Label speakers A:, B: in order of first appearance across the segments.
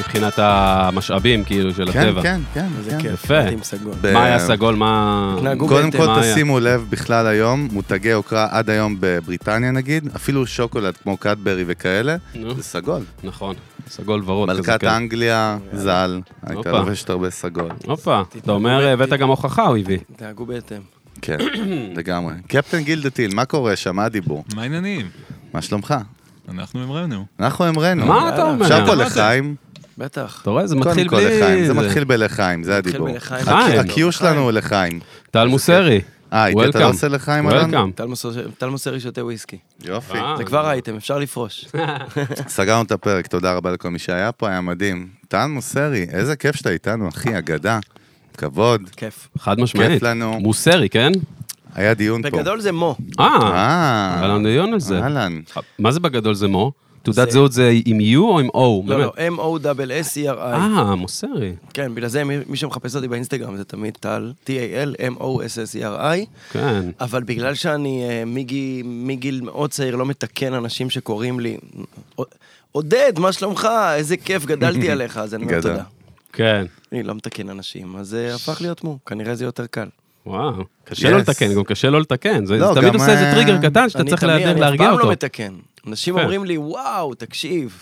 A: מבחינת המשאבים, כאילו, של הטבע.
B: כן, כן,
C: זה
B: כן.
C: כיף.
A: יפה.
C: עם סגול.
A: מה היה סגול? מה...
B: קודם כל
A: מה היה?
B: תשימו לב בכלל היום, מותגי יוקרה עד היום בבריטניה נגיד, אפילו שוקולד כמו קאדברי וכאלה,
A: נו.
B: זה סגול.
A: נכון, סגול ורוד כזה.
B: מלכת
A: כן.
B: אנגליה, ז"ל, הייתה
A: הופה.
B: לובשת הרבה סגול.
A: הופה, אתה אומר, הבאת גם הוכחה, הוא הביא.
C: תהגו בהתאם.
B: כן, לגמרי. קפטן גילדטיל, מה קורה שם? מה הדיבור?
D: מה העניינים?
B: מה שלומך?
D: אנחנו אמרנו.
B: אנחנו אמרנו.
A: מה אתה אומר?
B: אפשר פה
D: מה זה?
B: לחיים?
C: בטח.
A: אתה רואה, זה
B: קודם
A: מתחיל
B: כל
A: בלי...
B: לחיים, זה מתחיל בלחיים, זה הדיבור.
C: בלחיים.
A: חיים.
B: הקיו שלנו הוא לחיים.
A: טל מוסרי.
B: איתי, אתה לא עושה לחיים, אלון?
A: וולקאם.
C: טל מוסרי שותה וויסקי.
B: יופי.
C: זה כבר הייתם, אפשר לפרוש.
B: סגרנו את הפרק, תודה רבה לכל מי שהיה פה, היה מדהים. טל מוסרי, איזה כיף שאתה איתנו, אחי, אגדה. כבוד,
C: כיף.
A: חד משמעית.
B: כיף לנו.
A: מוסרי, כן?
B: היה דיון פה.
C: בגדול זה מו.
A: היה לנו דיון על זה.
B: אהלן.
A: מה זה בגדול זה מו? תעודת זהות זה עם U או עם O?
C: לא,
A: באמת?
C: לא, M-O-S-S-E-R-I.
A: מוסרי.
C: כן, בגלל זה מי שמחפש אותי באינסטגרם זה תמיד טל, T-A-L, M-O-S-S-E-R-I.
A: כן.
C: אבל בגלל שאני מגיל מאוד צעיר לא מתקן אנשים שקוראים לי, עודד, מה שלומך? איזה כיף, גדלתי עליך, אז אני אומר
B: גדל.
C: תודה.
A: כן.
C: אני לא מתקן אנשים, אז זה הפך להיות מו, כנראה זה יותר קל.
A: וואו. קשה לו
B: Yes.
A: לתקן, גם קשה לו לתקן. זה
B: לא,
A: תמיד
B: גם,
A: עושה איזה טריגר קטן שאתה צריך
C: אני אף
A: להרגיע
C: פעם
A: אותו.
C: לא מתקן. אנשים
A: כן.
C: אומרים לי, וואו, תקשיב,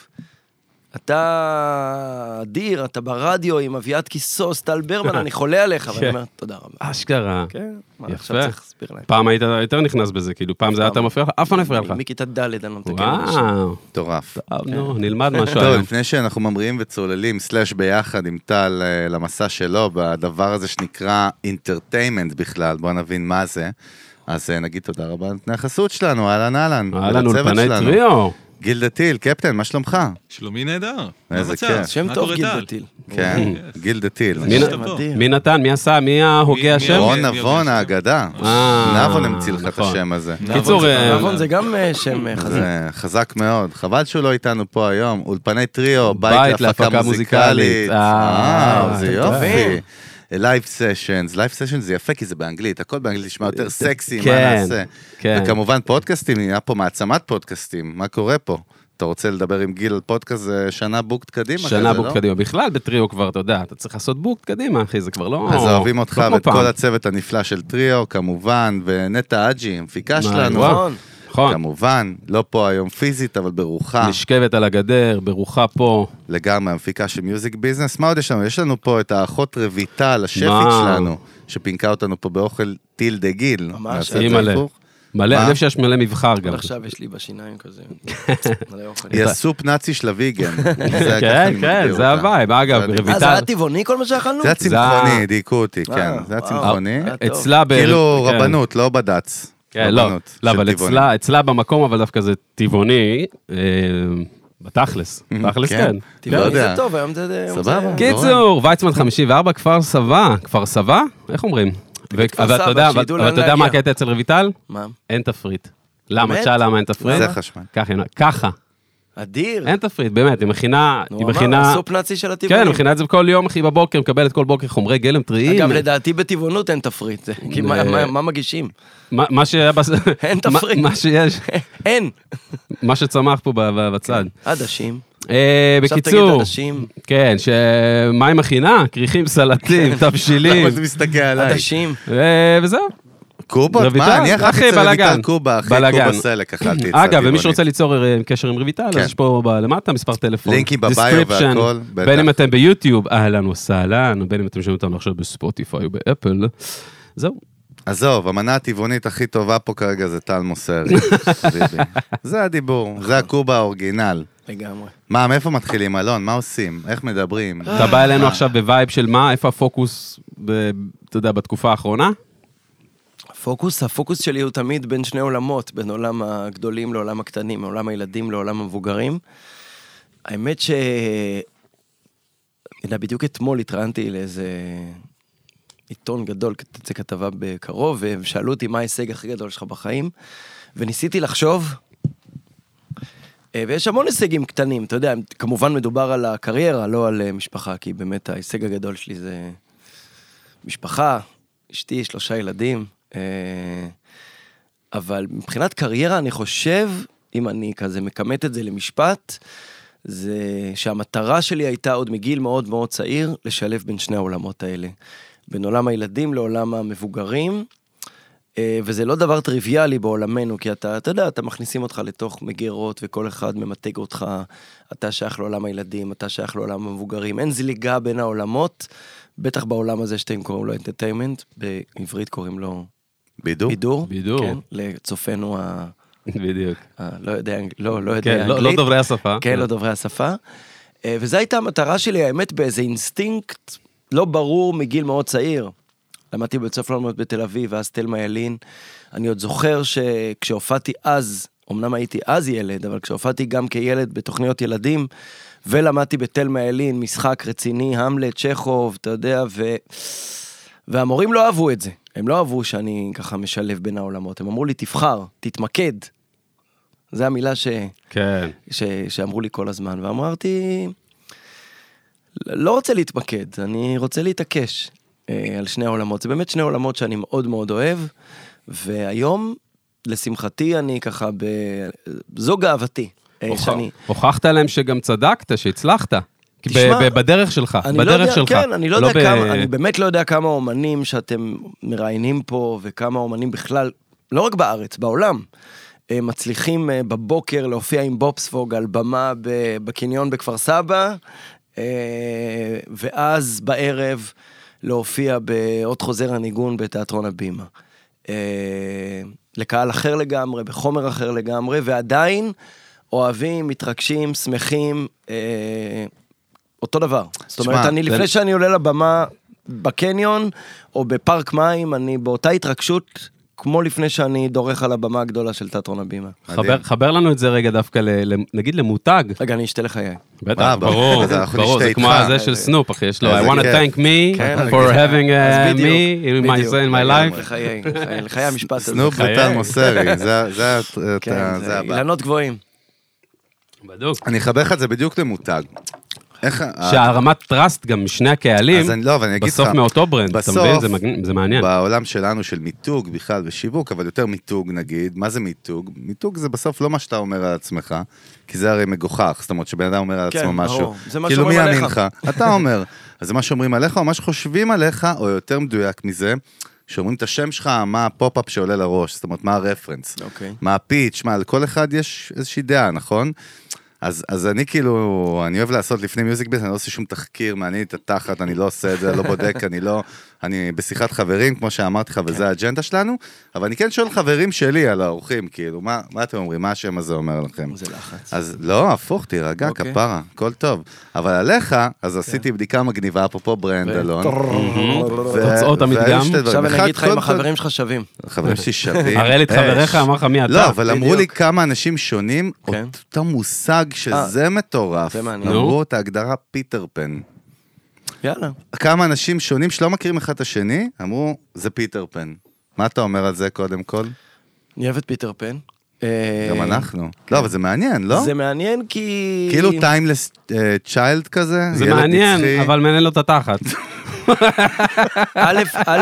C: אתה אדיר, אתה ברדיו עם אביעד כיסוס, טל ברמן, אני חולה עליך, ואני אומר, תודה רבה.
A: אשכרה.
C: כן, מה,
A: יפה.
C: עכשיו צריך להסביר להם.
A: פעם היית יותר נכנס בזה, כאילו, פעם זה היה יותר מפריע לך, אף פעם לא הפריע לך.
C: מכיתה ד' אני לא מתקן אנשים.
A: וואו.
B: מטורף.
A: נו, נלמד משהו
B: טוב,
A: היום.
B: לפני שאנחנו ממריאים וצוללים, סלאש ביחד עם טל למסע שלו, בדבר הזה שנקרא אינטרטיימנט בכלל, בואו נבין מה זה. אז נגיד תודה רבה על תנאי החסות שלנו, אהלן אהלן.
A: אהלן
B: ולצוות
A: אולפני
B: שלנו.
A: טריו.
B: גילדטיל, קפטן, מה שלומך?
D: שלומי נהדר. מה
B: איזה
D: המצב?
B: כיף.
C: שם
D: מה
C: טוב
D: קורה,
C: גיל
D: טל?
C: דתיל.
B: כן, גילדטיל.
A: מי
D: שאתה
A: נ-
D: פה.
C: מדהים.
A: מי נתן? מי עשה? מי ההוגה השם?
B: רון
D: מי
B: נבון
D: הוגה
B: האגדה. נבון המציא לך את
A: נכון.
B: השם הזה.
A: קיצור,
C: נכון, זה גם שם חזק.
B: זה חזק מאוד. חבל שהוא לא איתנו פה היום. אולפני טריו,
A: בית
B: בית להפקה
A: להפקה
B: מוזיקלית.
A: מוזיקלית.
B: זה
C: אתם
B: יופי.
C: טובים.
B: לייב סשנס. לייב סשנס זה יפה כי זה באנגלית. הכל באנגלית נשמע יותר סקסי, מה
A: כן,
B: נעשה?
A: כן.
B: וכמובן פודקאסטים, נהיה פה מעצמת פודקאסטים. מה קורה פה? אתה רוצה לדבר עם גיל על פודקאסט, זה שנה בוקט קדימה.
A: שנה
B: כזה,
A: בוקט
B: לא?
A: קדימה. בכלל בטריו כבר, אתה יודע, אתה צריך לעשות בוקט קדימה, אחי, זה כבר לא...
B: אז אוהבים אותך
A: לא כמו
B: ואת
A: פעם.
B: כל הצוות הנפלא של טריו, כמובן, ונטע אג'י, המפיקה שלנו.
A: וואו. נכון.
B: כמובן, לא פה היום פיזית, אבל ברוחה.
A: נשכבת על הגדר, ברוחה פה.
B: לגמרי, המפיקה של מיוזיק ביזנס. מה עוד יש לנו? יש לנו פה את האחות רויטל, השפית
A: מה?
B: שלנו, שפינקה אותנו פה באוכל טיל דה גיל.
C: ממש,
B: נעשה את
A: אימא'לה.
B: זה הפוך.
A: מלא,
B: מה?
A: אני חושב שיש מלא מבחר גם.
C: עד עכשיו יש לי בשיניים כזה. מלא אוכל.
B: היא הסופ נאצי של הוויגן. זה ככה
A: כן,
B: אני
A: כן,
B: מגדיר
A: זה
B: אותה.
A: הווייב. אגב,
B: זה
C: זה
A: רויטל,
C: היה טבעוני כל מה שאכלנו?
B: זה הצמחוני, דייקו אותי, כן. זה
C: וואו.
B: הצמחוני.
C: טוב.
A: אצלה
B: כאילו
A: כן.
B: רבנות, לא בד"ץ.
A: כן, לא,
B: רבנות
A: לא,
B: של
A: אבל
B: טבעוני.
A: אצלה במקום, אבל דווקא זה טבעוני, בתכלס, תכלס
B: כן.
A: כן.
B: לא
C: טבעוני
B: יודע.
C: זה טוב, היום זה...
B: סבבה.
A: קיצור, ויצמן 54, כפר סבא, כפר סבא? איך אומרים?
C: כפר
A: אבל
C: סבא,
A: אתה יודע-
C: שידעו
A: אבל
C: לאן
A: אתה יודע מה
C: להגיע.
A: הקטע אצל רויטל?
C: מה?
A: אין תפריט. למה?
C: באמת?
A: תשאל למה אין תפריט?
B: זה חשמל.
A: ככה,
C: אדיר.
A: אין תפריט, באמת, היא מכינה,
C: נו,
A: היא
C: אמר,
A: מכינה,
C: הסופ נאצי של
A: כן,
C: הטבעונים.
A: היא מכינה את זה כל יום, אחי, בבוקר, מקבלת כל בוקר חומרי גלם טריים.
C: אגב, לדעתי בטבעונות אין תפריט. זה- כי מה מגישים?
A: מה שהיה
C: אין תפריט.
A: מה שיש,
C: אין.
A: מה שצמח פה בצד.
C: עדשים. עכשיו תגיד
A: בקיצור,
C: עדשים.
A: כן, מה היא מכינה? כריכים, סלטים, תבשילים,
B: למה אתה מסתכל עליי?
C: עדשים.
A: וזהו.
B: קובות?
A: רויטל,
B: מה, אני אכלתי
A: אחי,
B: אצל רויטל
A: בלגן.
B: קובה, אחי,
A: בלגן.
B: קובה סלק אכלתי אצל
A: אגב, ומי
B: טבעונית.
A: שרוצה ליצור קשר עם רויטל,
B: כן.
A: אז יש פה למטה מספר טלפון.
B: לינקים בביו
A: description,
B: והכל, בטח.
A: בין אם אתם ביוטיוב, אהלן וסהלן, בין אם אתם שומעים אותנו עכשיו בספוטיפיי או באפל. זהו.
B: עזוב, המנה הטבעונית הכי טובה פה כרגע זה טל מוסרי. חביבי. זה הדיבור, זה הקובה האורגינל.
C: לגמרי.
B: מה, מאיפה מתחילים, אלון? מה עושים? איך מדברים?
A: אתה בא אלינו עכשיו בווייב של מה? איפה הפוקוס, אתה יודע, בתקופה האחרונה?
C: הפוקוס שלי הוא תמיד בין שני עולמות, בין עולם הגדולים לעולם הקטנים, עולם הילדים לעולם המבוגרים. האמת בדיוק אתמול התראיינתי לאיזה עיתון גדול, תצא כתבה בקרוב, ושאלו אותי מה ההישג הכי גדול שלך בחיים, וניסיתי לחשוב, ויש המון הישגים קטנים, אתה יודע, כמובן מדובר על הקריירה, לא על משפחה, כי באמת ההישג הגדול שלי זה משפחה, אשתי, 3 ילדים, אבל מבחינת קריירה אני חושב, אם אני כזה מקמת את זה למשפט, זה שהמטרה שלי הייתה עוד מגיל מאוד מאוד צעיר, לשלב בין שני העולמות האלה. בין עולם הילדים לעולם המבוגרים, וזה לא דבר טריוויאלי בעולמנו, כי אתה יודע, אתה מכניסים אותך לתוך מגירות, וכל אחד ממתג אותך, אתה שייך לעולם הילדים, אתה שייך לעולם המבוגרים, אין זליגה בין העולמות, בטח בעולם הזה שאתם קוראים לו entertainment, בעברית קוראים לו בידור.
A: בידור.
C: כן, לצופנו
A: בדיוק.
C: לא יודע אנגלית.
A: לא דוברי השפה.
C: כן, לא דוברי השפה. וזו הייתה המטרה שלי, האמת, באיזה אינסטינקט לא ברור מגיל מאוד צעיר. למדתי בבית ספר למדות בתל אביב, ואז תלמה ילין. אני עוד זוכר שכשהופעתי אז, אמנם הייתי אז ילד, אבל כשהופעתי גם כילד בתוכניות ילדים, ולמדתי בתלמה ילין, משחק רציני, המלט, צ'כוב, אתה יודע, והמורים לא אהבו את זה. הם לא אהבו שאני ככה משלב בין העולמות. הם אמרו לי, תבחר, תתמקד. זו המילה שאמרו לי כל הזמן. ואמרתי, לא רוצה להתמקד, אני רוצה להתעקש על שני העולמות. זה באמת שני עולמות שאני מאוד מאוד אוהב, והיום, לשמחתי, אני ככה זו גאוותי.
A: הוכחת להם שגם צדקת, שהצלחת. בדרך שלך, בדרך שלך.
C: כן, אני באמת לא יודע כמה אומנים שאתם מראיינים פה, וכמה אומנים בכלל, לא רק בארץ, בעולם, מצליחים בבוקר להופיע עם בובספוג על במה בקניון בכפר סבא, ואז בערב להופיע בעוד חוזר הניגון בתיאטרון הבימה. לקהל אחר לגמרי, בחומר אחר לגמרי, ועדיין אוהבים, מתרגשים, שמחים, אותו דבר. זאת אומרת, אני לפני שאני עולה לבמה בקניון, או בפארק מים, אני באותה התרגשות, כמו לפני שאני דורך על הבמה הגדולה של תיאטרון הבימה.
A: חבר לנו את זה רגע דווקא, נגיד למותג.
C: רגע, אני אשתה לחיי.
A: בטח, ברור, זה כמו הזה של סנופ, אחי, יש לו, I want to thank me for having me in my life.
C: לחיי המשפט הזה.
B: סנופ וטל מוסרי, זה
C: אילנות גבוהים.
A: בדיוק.
B: אני אחבר לך את זה בדיוק למותג.
A: שהרמת טראסט גם משני הקהלים, בסוף מאותו ברנד, אתה מבין? זה מעניין.
B: בעולם שלנו של מיתוג בכלל ושיווק, אבל יותר מיתוג נגיד, מה זה מיתוג? מיתוג זה בסוף לא מה שאתה אומר על עצמך, כי זה הרי מגוחך, זאת אומרת שבן אדם אומר על עצמו משהו, כאילו מי יאמין לך? אתה אומר, אז זה מה שאומרים עליך, או מה שחושבים עליך, או יותר מדויק מזה, שאומרים את השם שלך, מה הפופ-אפ שעולה לראש, זאת אומרת, מה הרפרנס, מה הפיץ', מה, לכל אחד יש איזושהי דעה, נכון? אז אני כאילו, אני אוהב לעשות לפני מיוזיק ביס, אני לא עושה שום תחקיר, מעניין את התחת, אני לא עושה את זה, לא בודק, אני בשיחת חברים, כמו שאמרתי לך, וזה האג'נדה שלנו, אבל אני כן שואל חברים שלי על האורחים, כאילו, מה אתם אומרים, מה השם הזה אומר לכם?
C: זה לחץ.
B: אז לא, הפוך, תירגע, כפרה, הכל טוב. אבל עליך, אז עשיתי בדיקה מגניבה, אפרופו ברנד אלון.
A: תוצאות המדגם.
C: עכשיו אני אגיד לך אם החברים שלך שווים.
B: החברים שלי שווים.
A: הראל את חבריך, אמר לך מי אתה.
B: לא, אבל אמרו לי כמה אנשים שונים, אותו מושג שזה מטורף. אמרו את ההגדרה פיטר פן.
C: יאללה.
B: כמה אנשים שונים שלא מכירים אחד את השני, אמרו, זה פיטר פן. מה אתה אומר על זה קודם כל?
C: אני אוהב את פיטר פן.
B: גם אנחנו. לא, אבל זה מעניין, לא?
C: זה מעניין כי...
B: כאילו טיימלס צ'יילד כזה?
A: זה מעניין, אבל מעניין לו את התחת.
C: א',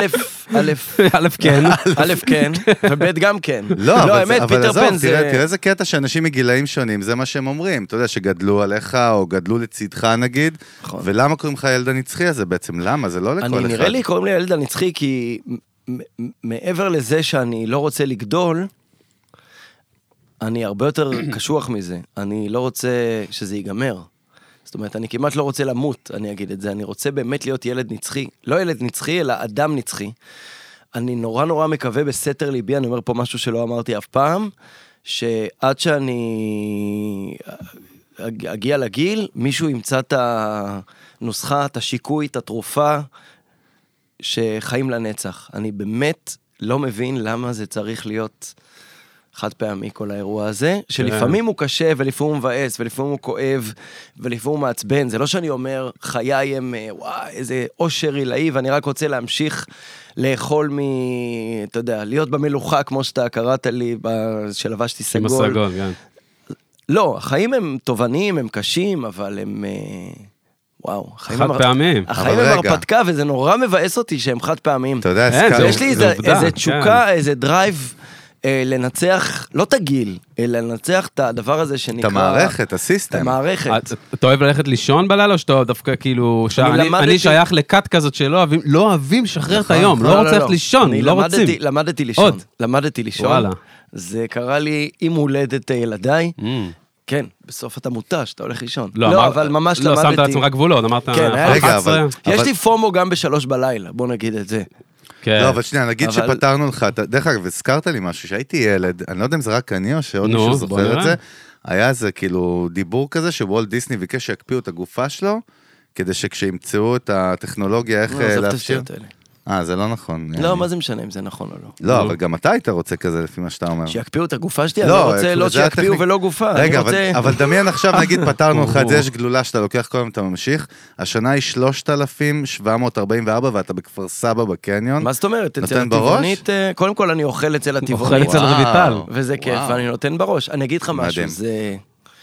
C: כן, וב' גם כן.
B: לא, אבל עזוב, תראה איזה קטע שאנשים מגילאים שונים, זה מה שהם אומרים. אתה יודע, שגדלו עליך, או גדלו לצדך נגיד, ולמה קוראים לך ילד הנצחי הזה בעצם? למה? זה לא לכל אחד.
C: נראה לי קוראים לי ילד הנצחי, כי מעבר לזה שאני לא רוצה לגדול, אני הרבה יותר קשוח מזה. אני לא רוצה שזה ייגמר. זאת אומרת, אני כמעט לא רוצה למות, אני אגיד את זה. אני רוצה באמת להיות ילד נצחי. לא ילד נצחי, אלא אדם נצחי. אני נורא נורא מקווה בסתר ליבי, אני אומר פה משהו שלא אמרתי אף פעם, שעד שאני אגיע לגיל, מישהו ימצא את הנוסחה, את השיקוי, את התרופה, שחיים לנצח. אני באמת לא מבין למה זה צריך להיות חד פעמי כל האירוע הזה, שלפעמים הוא קשה, ולפעמים הוא מבאס, ולפעמים הוא כואב, ולפעמים הוא מעצבן. זה לא שאני אומר, חיי הם, וואי, איזה אושר עילאי, ואני רק רוצה להמשיך לאכול אתה יודע, להיות במלוכה, כמו שאתה קראת לי, שלבשתי סגול.
A: סגול, כן.
C: לא, החיים הם תובעניים, הם קשים, אבל הם... וואו,
A: חד פעמים.
C: החיים הם הרפתקה, וזה נורא מבאס אותי שהם חד פעמים.
B: אתה יודע,
C: יש לי איזה תשוקה, איזה דרייב, לנצח, לא את הגיל, אלא לנצח את הדבר הזה שנקרא...
B: את המערכת, הסיסטם.
C: את המערכת.
A: אתה אוהב ללכת לישון בלילה, או שאתה דווקא כאילו... אני שייך לקאט כזאת שלא אוהבים לשחרר את היום, לא רוצה ללכת לישון, לא רוצים.
C: למדתי לישון. זה קרה לי עם הולדת ילדיי. כן, בסוף אתה מוטש, אתה הולך לישון. לא, אבל ממש למדתי...
A: לא, שמת לעצמך גבולות, אמרת...
C: רגע, אבל... יש לי פומו גם ב3 בלילה, בוא נגיד את זה.
B: לא, אבל שנייה, נגיד שפתרנו לך, דרך אגב, הזכרת לי משהו, שהייתי ילד, אני לא יודע אם זה רק אני או שעוד מישהו זוכר את זה, היה איזה כאילו דיבור כזה, שוולט דיסני ביקש שיקפיאו את הגופה שלו, כדי שכשימצאו את הטכנולוגיה, איך להפשיר... זה לא נכון.
C: לא, מה זה משנה אם זה נכון או לא?
B: לא, אבל גם אתה היית רוצה כזה, לפי מה שאתה אומר.
C: שיקפיאו את הגופה שלי? אני לא רוצה לא שיקפיאו ולא גופה.
B: רגע, אבל דמיין עכשיו, נגיד, פתרנו לך את זה, יש גלולה שאתה לוקח כל יום, אתה ממשיך, השנה היא 3,744, ואתה בכפר סבא בקניון.
C: מה זאת אומרת? אצל הטבעונית, קודם כל אני אוכל אצל הטבעונית.
A: אוכל אצל רויטל.
C: וזה כיף, ואני נותן בראש. אני אגיד לך משהו, זה...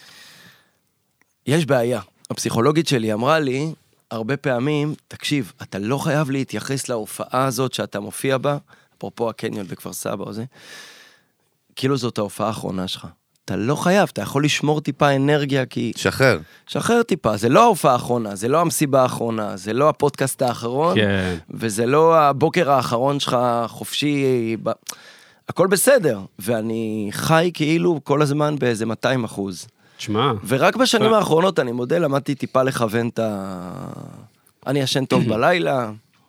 C: יש בעיה. הפסיכולוגית שלי אמרה לי, הרבה פעמים, תקשיב, אתה לא חייב להתייחס להופעה הזאת שאתה מופיע בה, אפרופו הקניון בכפר סבא או זה, כאילו זאת ההופעה האחרונה שלך. אתה לא חייב, אתה יכול לשמור טיפה אנרגיה, כי... שחרר טיפה, זה לא ההופעה האחרונה, זה לא המסיבה האחרונה, זה לא הפודקאסט האחרון,
A: כן.
C: וזה לא הבוקר האחרון שלך חופשי, הכל בסדר, ואני חי כאילו כל הזמן באיזה 200%.
A: תשמע.
C: ורק בשנים האחרונות, אני מודה, למדתי טיפה לכוון את אני ישן טוב בלילה.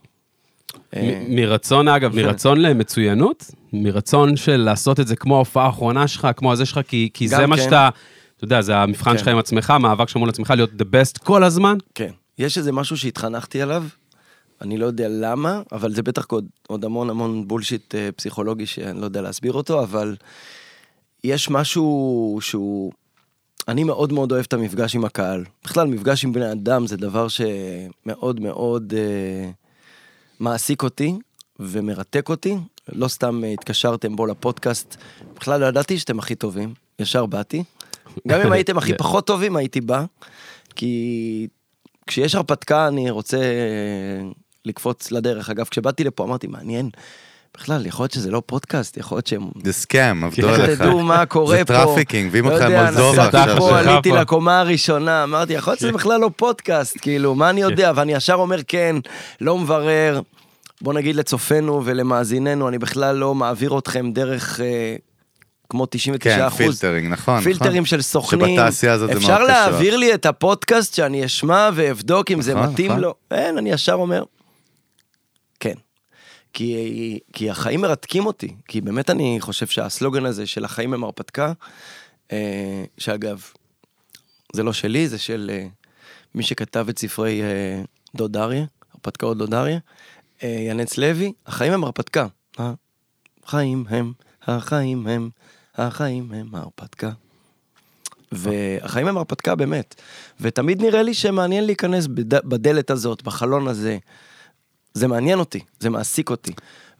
A: מרצון, אגב, מרצון למצוינות, מרצון של לעשות את זה כמו ההופעה האחרונה שלך, כמו הזה שלך, כי זה מה שאתה, אתה יודע, זה המבחן שלך עם עצמך, המאבק שמול עצמך, להיות the best כל הזמן.
C: כן. יש איזה משהו שהתחנכתי עליו, אני לא יודע למה, אבל זה בטח עוד המון בולשיט פסיכולוגי, שאני לא יודע להסביר אותו, אבל יש משהו שהוא... אני מאוד מאוד אוהב את המפגש עם הקהל. בכלל, מפגש עם בני אדם זה דבר שמאוד מאוד מעסיק אותי ומרתק אותי. לא סתם התקשרתם בו לפודקאסט. בכלל לא ידעתי שאתם הכי טובים. ישר באתי. גם אם הייתם הכי פחות טובים, הייתי בא. כי כשיש הרפתקה, אני רוצה לקפוץ לדרך. אגב, כשבאתי לפה, אמרתי, מעניין. בכלל, יכול להיות שזה לא פודקאסט, יכול להיות שהם...
B: זה סקאם, עבדו עליך.
C: תדעו מה קורה פה.
B: זה טראפיקינג, ואם אותך מולדובה
C: עכשיו. נסעתי פה, עליתי לקומה הראשונה, אמרתי, יכול להיות שזה בכלל לא פודקאסט, כאילו, מה אני יודע? ואני ישר אומר, כן, לא מברר, בוא נגיד לצופנו ולמאזיננו, אני בכלל לא מעביר אתכם דרך... כמו 99%.
B: כן, פילטרינג, נכון.
C: פילטרים של סוכנים.
B: שבתעשייה הזאת זה מאוד קשור.
C: אפשר להעביר לי את הפודקאסט שאני אשמע ואבדוק אם זה מתאים לו. אין, אני ישר אומר, כן. כי החיים מרתקים אותי, כי באמת אני חושב שהסלוגן הזה של החיים הם הרפתקה, שאגב, זה לא שלי, זה של מי שכתב את ספרי דוד אריה, הרפתקאות דוד אריה, ינץ לוי, החיים הם הרפתקה. החיים הם הרפתקה. והחיים הם הרפתקה באמת. ותמיד נראה לי שמעניין להיכנס בדלת הזאת, בחלון הזה, זה מעניין אותי, זה מעסיק אותי,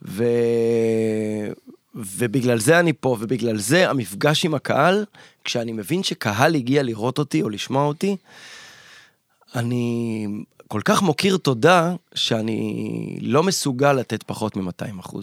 C: ובגלל זה אני פה, ובגלל זה המפגש עם הקהל, כשאני מבין שקהל הגיע לראות אותי או לשמוע אותי, אני כל כך מוקיר תודה, שאני לא מסוגל לתת פחות מ-200%.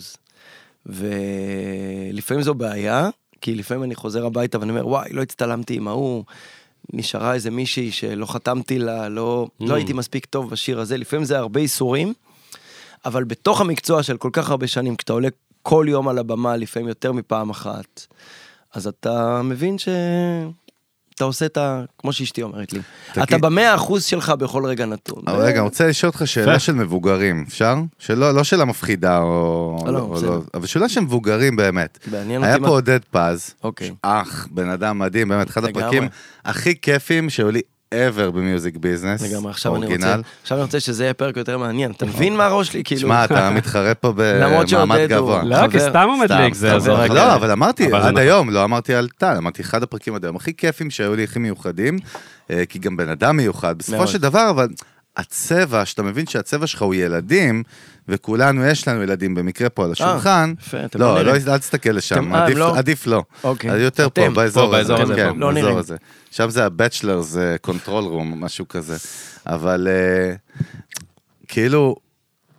C: ולפעמים זו בעיה, כי לפעמים אני חוזר הביתה ואני אומר, וואי, לא הצטלמתי עם ההוא, נשארה איזה מישהי שלא חתמתי לה, לא הייתי מספיק טוב בשיר הזה, לפעמים זה הרבה איסורים, אבל בתוך המקצוע של כל כך הרבה שנים, כשאתה עולה כל יום על הבמה, לפעמים יותר מפעם אחת, אז אתה מבין שאתה עושה את כמו שאשתי אומרת לי. אתה ב100% שלך בכל רגע נתון.
B: אבל רגע, אני רוצה לשאול אותך שאלה של מבוגרים, אפשר? לא של המפחידה, אבל שאלה של מבוגרים באמת. היה פה עודד פז, אח, בן אדם מדהים, באמת, אחד הפרקים הכי כיפים שהיו לי ever במיוזיק ביזנס.
C: לגמרי, עכשיו אני רוצה שזה יהיה פרק יותר מעניין. אתה מבין מה הראש לי?
B: שמע, אתה מתחרה פה במעמד גבוה.
A: לא, כי סתם הוא מדליק, זה עזור.
B: לא, אבל אמרתי, עד היום, לא אמרתי על טל, אמרתי אחד הפרקים עד היום, הכי כיפים שהיו לי, הכי מיוחדים, כי גם בן אדם מיוחד. בסופו של דבר, אבל הצבע, שאתה מבין שהצבע שלך הוא ילדים, וכולנו יש לנו ילדים במקרה פה על השולחן, לא, אל תסתכל לשם, עדיף לא. יותר פה, באזור הזה. שם זה הבצ'לר, זה קונטרול רום, משהו כזה. אבל כאילו,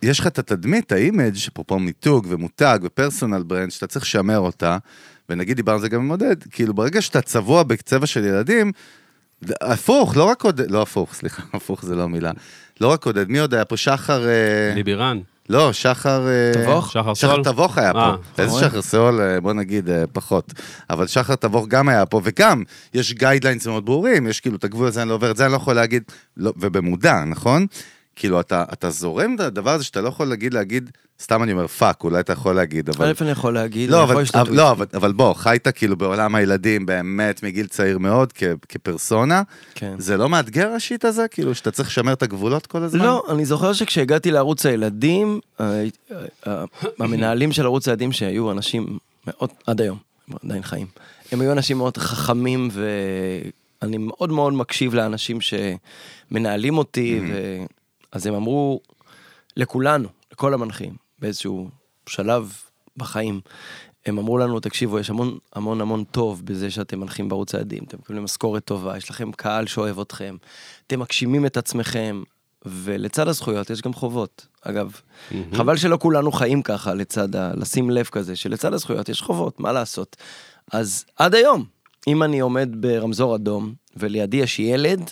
B: יש לך את התדמית, האימג', אפרופו מיתוג ומותג ופרסונל ברנד, שאתה צריך לשמר אותה, ונגיד דיברנו על זה גם עם עודד, כאילו ברגע שאתה צבוע בצבע של ילדים, הפוך, לא רק עודד, לא הפוך, סליחה, הפוך זה לא מילה, לא רק עודד, מי עוד היה פה? שחר...
A: ליבירן.
B: לא, שחר...
C: תבוך?
A: שחר
B: תבוך היה פה. איזה שחר סול, בוא נגיד, פחות. אבל שחר תבוך גם היה פה, וגם יש גיידליינס מאוד ברורים, יש כאילו, את הגבול הזה אני לא עובר, את זה אני לא יכול להגיד, ובמודע, נכון? כאילו, אתה זורם את הדבר הזה שאתה לא יכול להגיד, סתם אני אומר, פאק, אולי אתה יכול להגיד, אבל...
C: איפה אני יכול להגיד?
B: לא, אבל בוא, חיית כאילו בעולם הילדים, באמת מגיל צעיר מאוד, כפרסונה, זה לא מאתגר השיט הזה? כאילו, שאתה צריך לשמר את הגבולות כל הזמן?
C: לא, אני זוכר שכשהגעתי לערוץ הילדים, המנהלים של ערוץ הילדים שהיו אנשים מאוד, עד היום, עדיין חיים, הם היו אנשים מאוד חכמים, ואני מאוד מאוד מקשיב לאנשים שמנהלים אותי, אז הם אמרו לכולנו, לכל המנחים, באיזשהו שלב בחיים, הם אמרו לנו, תקשיבו, יש המון המון המון טוב בזה שאתם מנחים בערוץ הילדים, אתם מקבלים משכורת טובה, יש לכם קהל שאוהב אתכם, אתם מגשימים את עצמכם, ולצד הזכויות יש גם חובות. אגב, חבל שלא כולנו חיים ככה, לשים לב כזה, שלצד הזכויות יש חובות, מה לעשות? אז עד היום, אם אני עומד ברמזור אדום, ולידי יש ילד,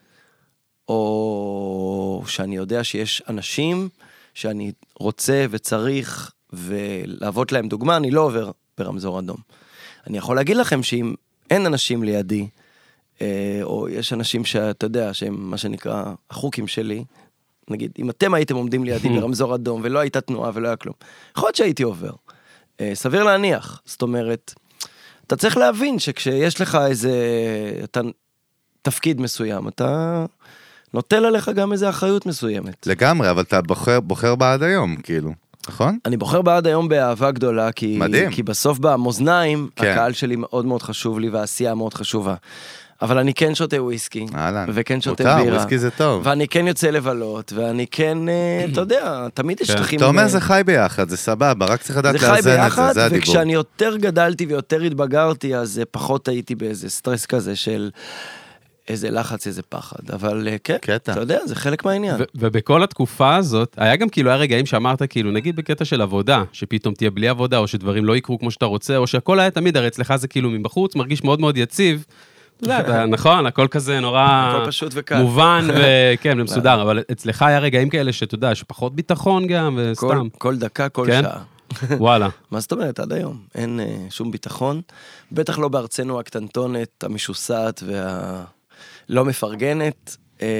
C: או שאני יודע שיש אנשים שאני רוצה וצריך ולהוות להם דוגמה, אני לא עובר ברמזור אדום. אני יכול להגיד לכם שאם אין אנשים לידי, או יש אנשים שאתה יודע, שהם מה שנקרא החוקים שלי, נגיד, אם אתם הייתם עומדים לידי ברמזור אדום, ולא הייתה תנועה ולא היה כלום, יכול להיות שהייתי עובר. סביר להניח, זאת אומרת, אתה צריך להבין שכשיש לך איזה תפקיד מסוים, אתה נוטל עליך גם איזו אחריות מסוימת.
B: לגמרי, אבל אתה בוחר בעד היום, כאילו, נכון?
C: אני בוחר בעד היום באהבה גדולה, כי בסוף במאזניים, הקהל שלי מאוד מאוד חשוב לי, והעשייה מאוד חשובה. אבל אני כן שותה וויסקי, וכן שותה בירה.
B: וויסקי זה טוב.
C: ואני כן יוצא לבלות, ואני כן, אתה יודע, תמיד יש שטחים...
B: אתה אומר זה חי ביחד, זה סבבה, רק צריך לדעת לאזן את זה, זה הדיבור.
C: וכשאני יותר גדלתי ויותר התבגרתי, אז פחות הייתי באיזה סטרס כזה של... איזה לחץ, איזה פחד, אבל כן, אתה יודע, זה חלק מהעניין.
A: ובכל התקופה הזאת, היה גם כאילו, היה רגעים שאמרת כאילו, נגיד בקטע של עבודה, שפתאום תהיה בלי עבודה, או שדברים לא יקרו כמו שאתה רוצה, או שהכל היה תמיד, הרי אצלך זה כאילו מבחוץ, מרגיש מאוד מאוד יציב, נכון, הכל כזה נורא מובן, וכן, מסודר, אבל אצלך היה רגעים כאלה שאתה יודע, שפחות ביטחון גם, וסתם.
C: כל דקה, כל שעה.
A: וואלה.
C: מה זאת אומרת, עד היום, אין שום ביטחון, בטח לא בארצנו הקטנטונת, המשוסעת לא מפרגנת,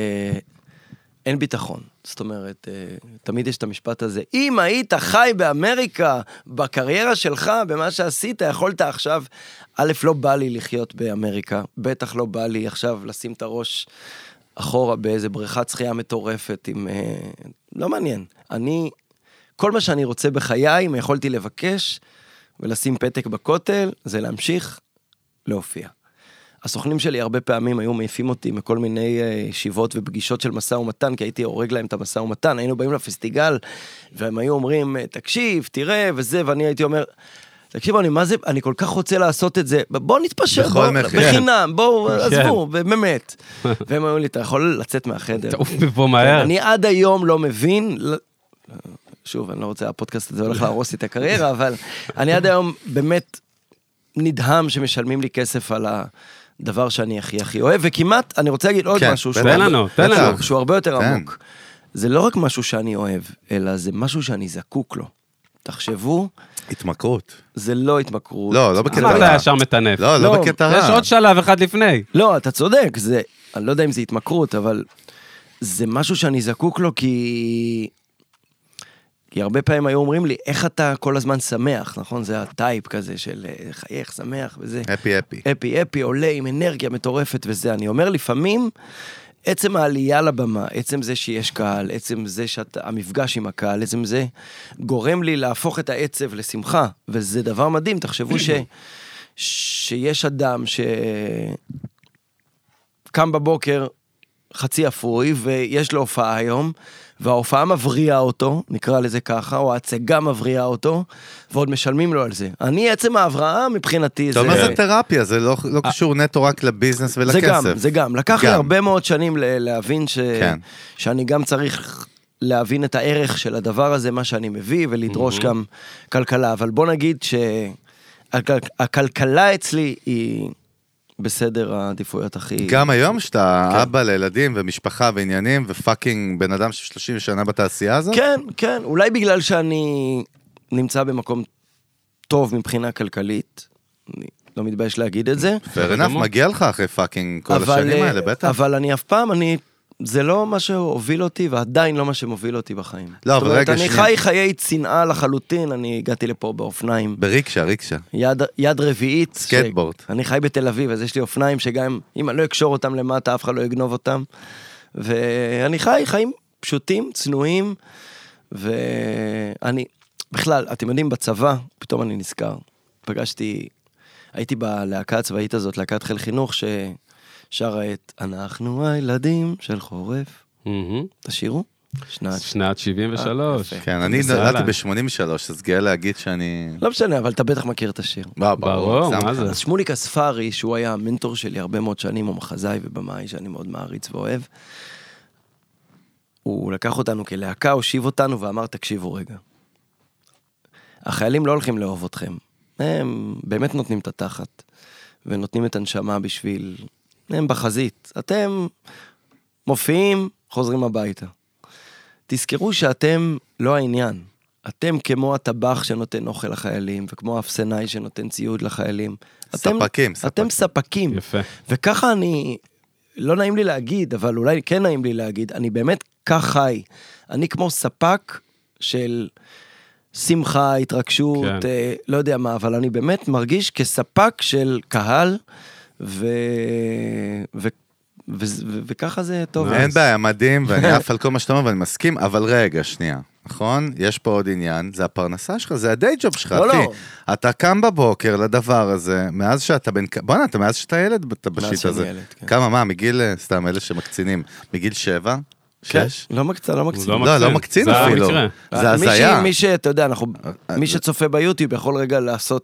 C: אין ביטחון. זאת אומרת, תמיד יש את המשפט הזה, אם היית חי באמריקה, בקריירה שלך, במה שעשית, יכולת עכשיו, א', לא בא לי לחיות באמריקה, בטח לא בא לי עכשיו לשים את הראש אחורה באיזה בריכת שחייה מטורפת, לא מעניין. כל מה שאני רוצה בחיי, אם יכולתי לבקש, ולשים פתק בכותל, זה להמשיך להופיע. הסוכנים שלי הרבה פעמים היו מעיפים אותי מכל מיני ישיבות ופגישות של מסע ומתן, כי הייתי הורג להם את המסע ומתן, היינו באים לפסטיגל, והם היו אומרים, תקשיב, תראה, וזה, ואני הייתי אומר, תקשיב, אני כל כך רוצה לעשות את זה, בואו נתפשר, בחינם, בואו, עזבו, באמת. והם היו לי, אתה יכול לצאת מהחדר.
A: תעוף מפה מהר.
C: אני עד היום לא מבין, שוב, אני לא רוצה, הפודקאסט הזה הולך להרוס את הקריירה, אבל אני עד היום באמת נדהם שמשלמים לי כסף על הדבר שאני הכי אוהב, וכמעט, אני רוצה להגיד עוד משהו, שהוא הרבה יותר עמוק. זה לא רק משהו שאני אוהב, אלא זה משהו שאני זקוק לו. תחשבו.
B: התמכרות.
C: זה לא התמכרות.
B: לא בקטע רע.
A: אתה ישר מטנף.
B: לא בקטע רע.
A: יש עוד שלב אחד לפני.
C: לא, אתה צודק, אני לא יודע אם זה התמכרות, אבל זה משהו שאני זקוק לו, כי הרבה פעמים היו אומרים לי, איך אתה כל הזמן שמח, נכון? זה הטייפ כזה של חייך, שמח וזה. אפי, עולה עם אנרגיה מטורפת וזה. אני אומר לפעמים, עצם העלייה לבמה, עצם זה שיש קהל, עצם זה שהמפגש עם הקהל, עצם זה גורם לי להפוך את העצב לשמחה, וזה דבר מדהים. תחשבו שיש אדם שקם בבוקר חצי אפוי, ויש לו הופעה היום, וההופעה מבריאה אותו, נקרא לזה ככה, או ההצגה מבריאה אותו, ועוד משלמים לו על זה. אני עצם ההבראה מבחינתי
B: זה... טוב, מה זה תרפיה? זה לא קשור נטו רק לביזנס ולכסף.
C: זה גם. לקח לי הרבה מאוד שנים להבין שאני גם צריך להבין את הערך של הדבר הזה, מה שאני מביא, ולדרוש גם כלכלה. אבל בוא נגיד שהכלכלה אצלי היא בסדר העדיפויות הכי...
B: גם היום שאתה אבא לילדים ומשפחה ועניינים, ופאקינג בן אדם של 30 שנה בתעשייה הזאת?
C: כן, כן. אולי בגלל שאני נמצא במקום טוב מבחינה כלכלית, אני לא מתבייש להגיד את זה.
B: פרנף, מגיע לך אחרי פאקינג כל השנים האלה, בטח.
C: אבל אני אף פעם, זה לא מה שהוביל אותי, ועדיין לא מה שמוביל אותי בחיים.
B: לא, אבל רגע,
C: אני חי חיי צנעה לחלוטין, אני הגעתי לפה באופניים.
B: בריקשה.
C: יד רביעית.
B: סקייטבורד.
C: אני חי בתל אביב, אז יש לי אופניים שגם אם אני לא אקשור אותם למטה, אף אחד לא יגנוב אותם. ואני חי חיים פשוטים, צנועים, ואני, בכלל, אתם יודעים, בצבא, פתאום אני נזכר. הייתי בלהקה הצבאית הזאת, להקת חיל חינוך, שרה את אנחנו הילדים של חורף. תשירו?
A: שנת 73.
B: כן, אני נולדתי ב-83, אז גאה להגיד שאני...
C: לא משנה, אבל אתה בטח מכיר את השיר.
A: ברור, מה זה?
C: אז שמוליק אספרי, שהוא היה המנטור שלי הרבה מאוד שנים, הוא מחזאי ובמאי שאני מאוד מעריץ ואוהב, הוא לקח אותנו כלהקה, הושיב אותנו ואמר, תקשיבו רגע. החיילים לא הולכים לאהוב אתכם. הם באמת נותנים את התחת, ונותנים את הנשמה בשביל... הם בחזית. אתם מופיעים, חוזרים הביתה. תזכרו שאתם לא העניין. אתם כמו הטבח שנותן אוכל לחיילים, וכמו האפסנאי שנותן ציוד לחיילים.
B: ספקים.
C: אתם ספקים.
A: יפה.
C: וככה אני, לא נעים לי להגיד, אבל אולי כן נעים לי להגיד, אני באמת כך חי. אני כמו ספק של שמחה, התרגשות,
A: כן.
C: לא יודע מה, אבל אני באמת מרגיש כספק של קהל, וככה זה טוב.
B: אין בעיה, מדהים, ואני עף על כל מה שאתה אומר, ואני מסכים, אבל רגע, שנייה, נכון? יש פה עוד עניין, זה הפרנסה שלך, זה הדיי ג'וב שלך, אחי. אתה קם בבוקר לדבר הזה, מאז שאתה בוא'נה, אתה מאז שאתה ילד, אתה בשיט הזה. כמה, מה, מגיל, סתם, אלה שמקצינים, מגיל 7? 6?
C: לא מקצין.
B: לא מקצין אפילו. זה הזיה.
C: מי שצופה ביוטיוב יכול רגע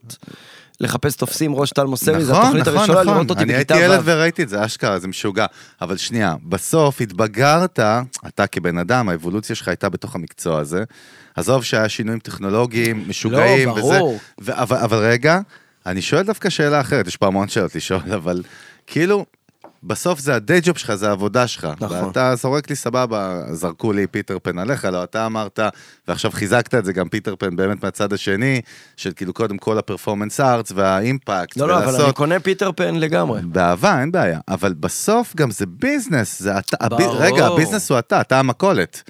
C: לחפש תופסים ראש טל מוסרי, זה התוכנית הראשונה לראות אותי בכיתה.
B: אני הייתי ילד וראיתי את זה, אשכרה, זה משוגע. אבל שנייה, בסוף התבגרת, אתה כבן אדם, האבולוציה שלך הייתה בתוך המקצוע הזה, עזוב שהיה שינויים טכנולוגיים, משוגעים וזה. אבל רגע, אני שואל דווקא שאלה אחרת, יש פה המון שאלות לשאול, אבל כאילו, בסוף זה הדיי ג'וב שלך, זה העבודה שלך. נכון. ואתה זורק לי סבבה, זרקו לי פיטר פן עליך, לא, אתה אמרת, ועכשיו חיזקת את זה, גם פיטר פן באמת מהצד השני, של כאילו קודם כל הפרפורמנס ארטס והאימפקט.
C: לא, אבל אני קונה פיטר פן לגמרי.
B: באהבה, אין בעיה. אבל בסוף גם זה ביזנס, זה אתה, רגע, הביזנס הוא אתה המקולת.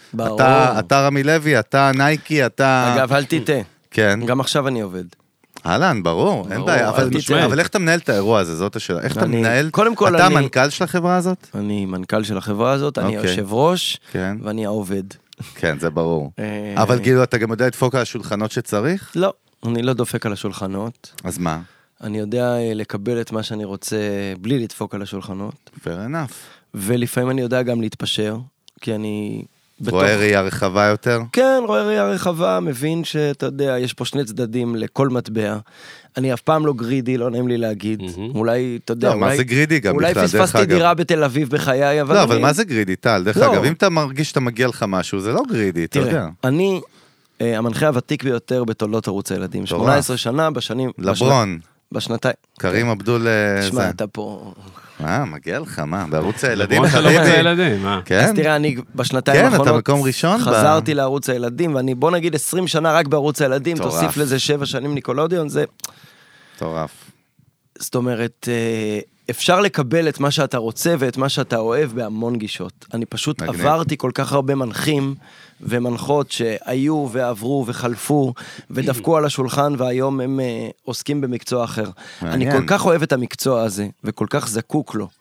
B: אתה רמי לוי, אתה נייקי, אתה...
C: אגב, אל תיתה.
B: כן.
C: גם עכשיו אני עובד.
B: אהלן, ברור, אין בעיה, אבל איך אתה מנהל את האירוע הזה, זאת השאלה, איך אתה מנהל, אתה המנכ"ל של החברה הזאת?
C: אני מנכ"ל של החברה הזאת, אני היושב ראש, ואני העובד.
B: כן, זה ברור. אבל כאילו, אתה גם יודע לדפוק על השולחנות שצריך?
C: לא, אני לא דופק על השולחנות.
B: אז מה?
C: אני יודע לקבל את מה שאני רוצה, בלי לדפוק על השולחנות.
B: Fair enough.
C: ולפעמים אני יודע גם להתפשר, כי אני...
B: רואה ראייה רחבה יותר?
C: כן, רואה ראייה רחבה, מבין שאתה יודע, יש פה שני צדדים לכל מטבע. אני אף פעם לא גרידי, לא נעים לי להגיד. אולי, אתה יודע,
B: לא, מה זה גרידי גם בכלל,
C: אולי פספסתי דירה בתל אביב בחיי, אבל...
B: לא, אבל מה זה גרידי, טל? דרך אגב, אם אתה מרגיש שאתה מגיע לך משהו, זה לא גרידי, אתה יודע.
C: תראה, אני המנחה הוותיק ביותר בתולדות ערוץ הילדים. 18 שנה בשנים...
B: לברון.
C: בשנתיים.
B: קרים אבדול...
C: שמע, אתה פה...
B: מגיע לך, מה? בערוץ הילדים,
A: חביבי. בערוץ הילדים, מה?
C: אז תראה, אני בשנתיים האחרונות...
B: כן, אתה מקום ראשון.
C: חזרתי לערוץ הילדים, ואני, בוא נגיד, 20 שנה רק בערוץ הילדים, תוסיף לזה 7 שנים ניקולודיון, זה...
B: טורף.
C: זאת אומרת, אפשר לקבל את מה שאתה רוצה ואת מה שאתה אוהב בהמון גישות. אני פשוט עברתי כל כך הרבה מנחים ומנחות שהיו ועברו וחלפו ודפקו על השולחן, והיום הם עוסקים במקצוע אחר. אני כל כך אוהב את המקצוע הזה וכל כך זקוק לו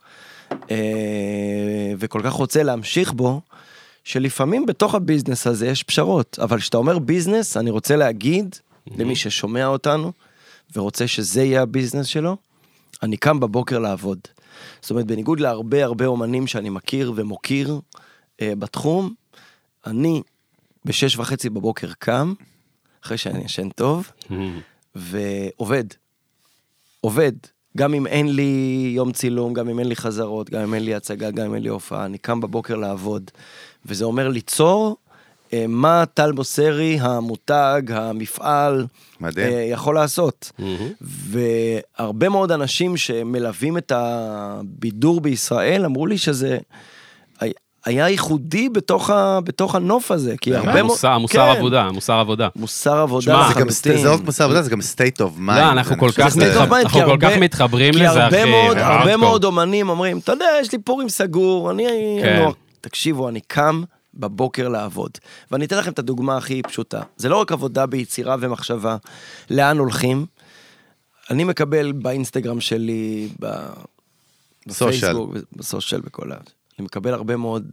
C: וכל כך רוצה להמשיך בו, שלפעמים בתוך הביזנס הזה יש פשרות. אבל כשאתה אומר ביזנס, אני רוצה להגיד למי ששומע אותנו ורוצה שזה יהיה הביזנס שלו, אני קם בבוקר לעבוד. זאת אומרת, בניגוד להרבה הרבה אומנים שאני מכיר ומוקיר בתחום, אני ב6:30 בבוקר קם, אחרי שאני ישן טוב, ועובד. עובד. גם אם אין לי יום צילום, גם אם אין לי חזרות, גם אם אין לי הצגה, גם אם אין לי הופעה, אני קם בבוקר לעבוד. וזה אומר ליצור מה טל בוסרי, המותג, המפעל, יכול לעשות. והרבה מאוד אנשים שמלווים את הבידור בישראל, אמרו לי שזה היה ייחודי בתוך הנוף הזה, כי הרבה מאוד...
A: מוסר עבודה, מוסר עבודה.
C: מוסר עבודה לחלוטין.
B: זה עוד מוסר עבודה, זה גם state of mind.
A: לא, אנחנו כל כך מתחברים לזה, אחי.
C: כי הרבה מאוד אומנים אומרים, אתה יודע, יש לי פורים סגור, תקשיבו, אני קם בבוקר לעבוד. ואני אתן לכם את הדוגמה הכי פשוטה. זה לא רק עבודה ביצירה ומחשבה, לאן הולכים. אני מקבל באינסטגרם שלי, בפייסבוק, בסושיאל וכל הזה. אני מקבל הרבה מאוד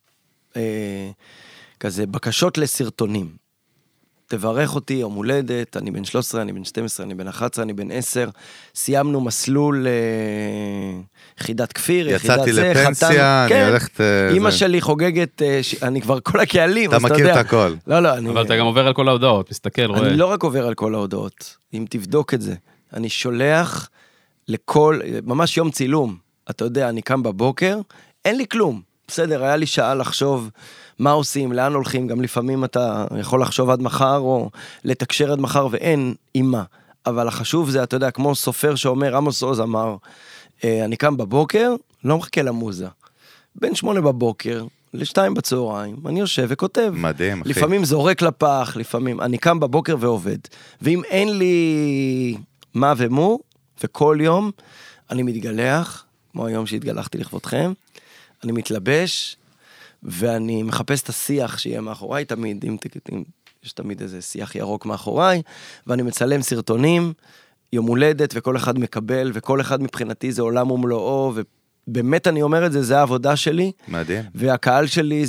C: כזה בקשות לסרטונים. תברך אותי, יום הולדת, אני בן 13, אני בן 12, אני בן 11, אני בן 10. סיימנו מסלול יחידת כפיר, יחידת זה.
B: יצאתי לפנסיה, אני הולכת...
C: אמא שלי חוגגת, אני כבר כל הקהלים,
B: אתה מכיר את הכל.
C: לא,
A: אבל אתה גם עובר על כל ההודעות, מסתכל, רואה.
C: אני לא רק עובר על כל ההודעות, אם תבדוק את זה. אני שולח לכל, ממש יום צילום. אתה יודע, אני קם בבוקר, אין לי כלום. בסדר, היה לי שעה לחשוב מה עושים, לאן הולכים, גם לפעמים אתה יכול לחשוב עד מחר, או לתקשר עד מחר, ואין אימה. אבל החשוב זה, אתה יודע, כמו סופר שאומר, עמוס עוז אמר, אני קם בבוקר, לא מחכה למוזה. בין 8 בבוקר, ל2 בצהריים, אני יושב וכותב.
B: מדהים, אחי.
C: לפעמים זורק לפח, לפעמים, אני קם בבוקר ועובד. ואם אין לי מה ומו, וכל יום, אני מתגלח, כמו היום שהתגלחתי לכבודכם, אני מתלבש, ואני מחפש את השיח שיהיה מאחוריי, תמיד, אם יש תמיד איזה שיח ירוק מאחוריי, ואני מצלם סרטונים, יום הולדת, וכל אחד מקבל, וכל אחד מבחינתי זה עולם ומלואו, ובאמת אני אומר את זה, זה העבודה שלי.
B: מדהים.
C: והקהל שלי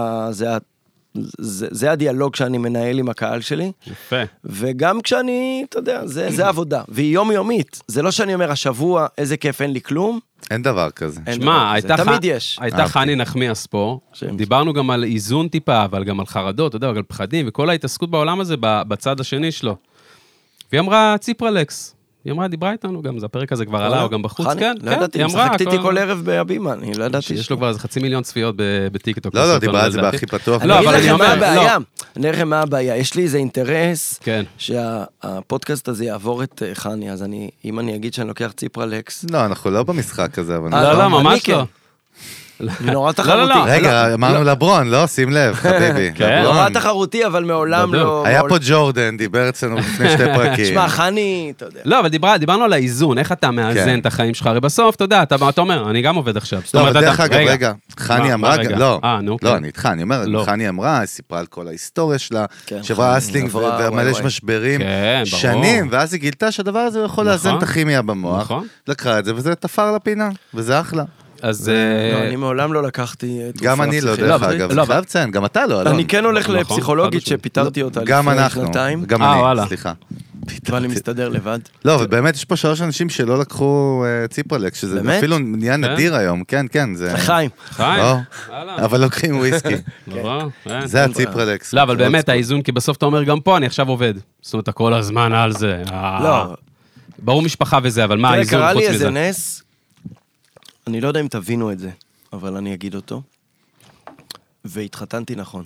C: זה הדיאלוג שאני מנהל עם הקהל שלי.
A: יפה.
C: וגם כשאני, אתה יודע, זה עבודה. והיא יומיומית. זה לא שאני אומר, השבוע, איזה כיף, אין לי כלום.
B: אין דבר כזה.
A: שמע,
C: תמיד יש.
A: הייתה חני נחמיאס פה, דיברנו גם על איזון טיפה, אבל גם על חרדות, אתה יודע, על פחדים, וכל ההתעסקות בעולם הזה בצד השני שלו. והיא אמרה, ציפרלקס. היא אמרה, דיברה איתנו גם, זה הפרק הזה כבר עלה, או גם בחוץ, כן,
C: לא ידעתי, משחקתי איתי כל ערב בהבימה, אני לא ידעתי.
A: יש לו כבר איזה 500,000 צפיות בטיקטוק.
B: לא, דיברה על זה בהכי פתוח.
C: אני אגיד לכם מה הבעיה, אני אגיד לכם מה הבעיה, יש לי איזה אינטרס, שהפודקאסט הזה יעבור את חני, אז אם אני אגיד שאני לוקח ציפרלקס...
B: לא, אנחנו לא במשחק הזה, אבל...
A: לא, ממש לא.
C: נורא תחרותי.
B: רגע, אמרנו לברון, לא? שים לב, חביבי.
C: נורא תחרותי, אבל מעולם לא...
B: היה פה ג'ורדן, דיבר אצלנו לפני 2 פרקים.
C: תשמע, חני, אתה יודע.
A: לא, אבל דיברנו על האיזון, איך אתה מאזן את החיים שלך, הרי בסוף, אתה יודע, אתה אומר, אני גם עובד עכשיו.
B: לא, אבל דרך אגב, רגע, חני אמרה, לא,
A: לא,
B: אני איתך, אני אומר, חני אמרה, סיפרה על כל ההיסטוריה שלה, שברה אסלינג ומלא משברים, שנים, ואז היא גילתה שהדבר הזה יכול לאזן את הכימיה במוח, לקחה את זה, וזה תפר לפינה, וזה אחלה.
A: אז...
C: אני מעולם לא לקחתי...
B: גם אני לא, דרך אגב, חייב לציין, גם אתה לא, אלון.
C: אני כן הולך לפסיכולוגית שפיתרתי אותה לפני שנתיים.
B: גם אני, סליחה.
C: ואני מסתדר לבד.
B: לא, אבל באמת יש פה 3 אנשים שלא לקחו ציפרלקס, שזה אפילו נהיה נדיר היום, כן, זה...
C: חיים.
B: אבל לוקחים וויסקי. זה הציפרלקס.
A: לא, אבל באמת האיזון, כי בסוף אתה אומר, גם פה אני עכשיו עובד. זאת אומרת, כל הזמן על זה.
C: לא.
A: ברור משפחה וזה, אבל מה האיזון חוץ מזה?
C: קרא לי איזה נס, אני לא יודע אם תבינו את זה, אבל אני אגיד אותו. והתחתנתי נכון.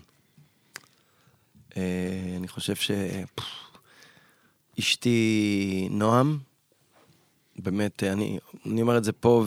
C: אני חושב אשתי נועם, באמת, אני אומר את זה פה,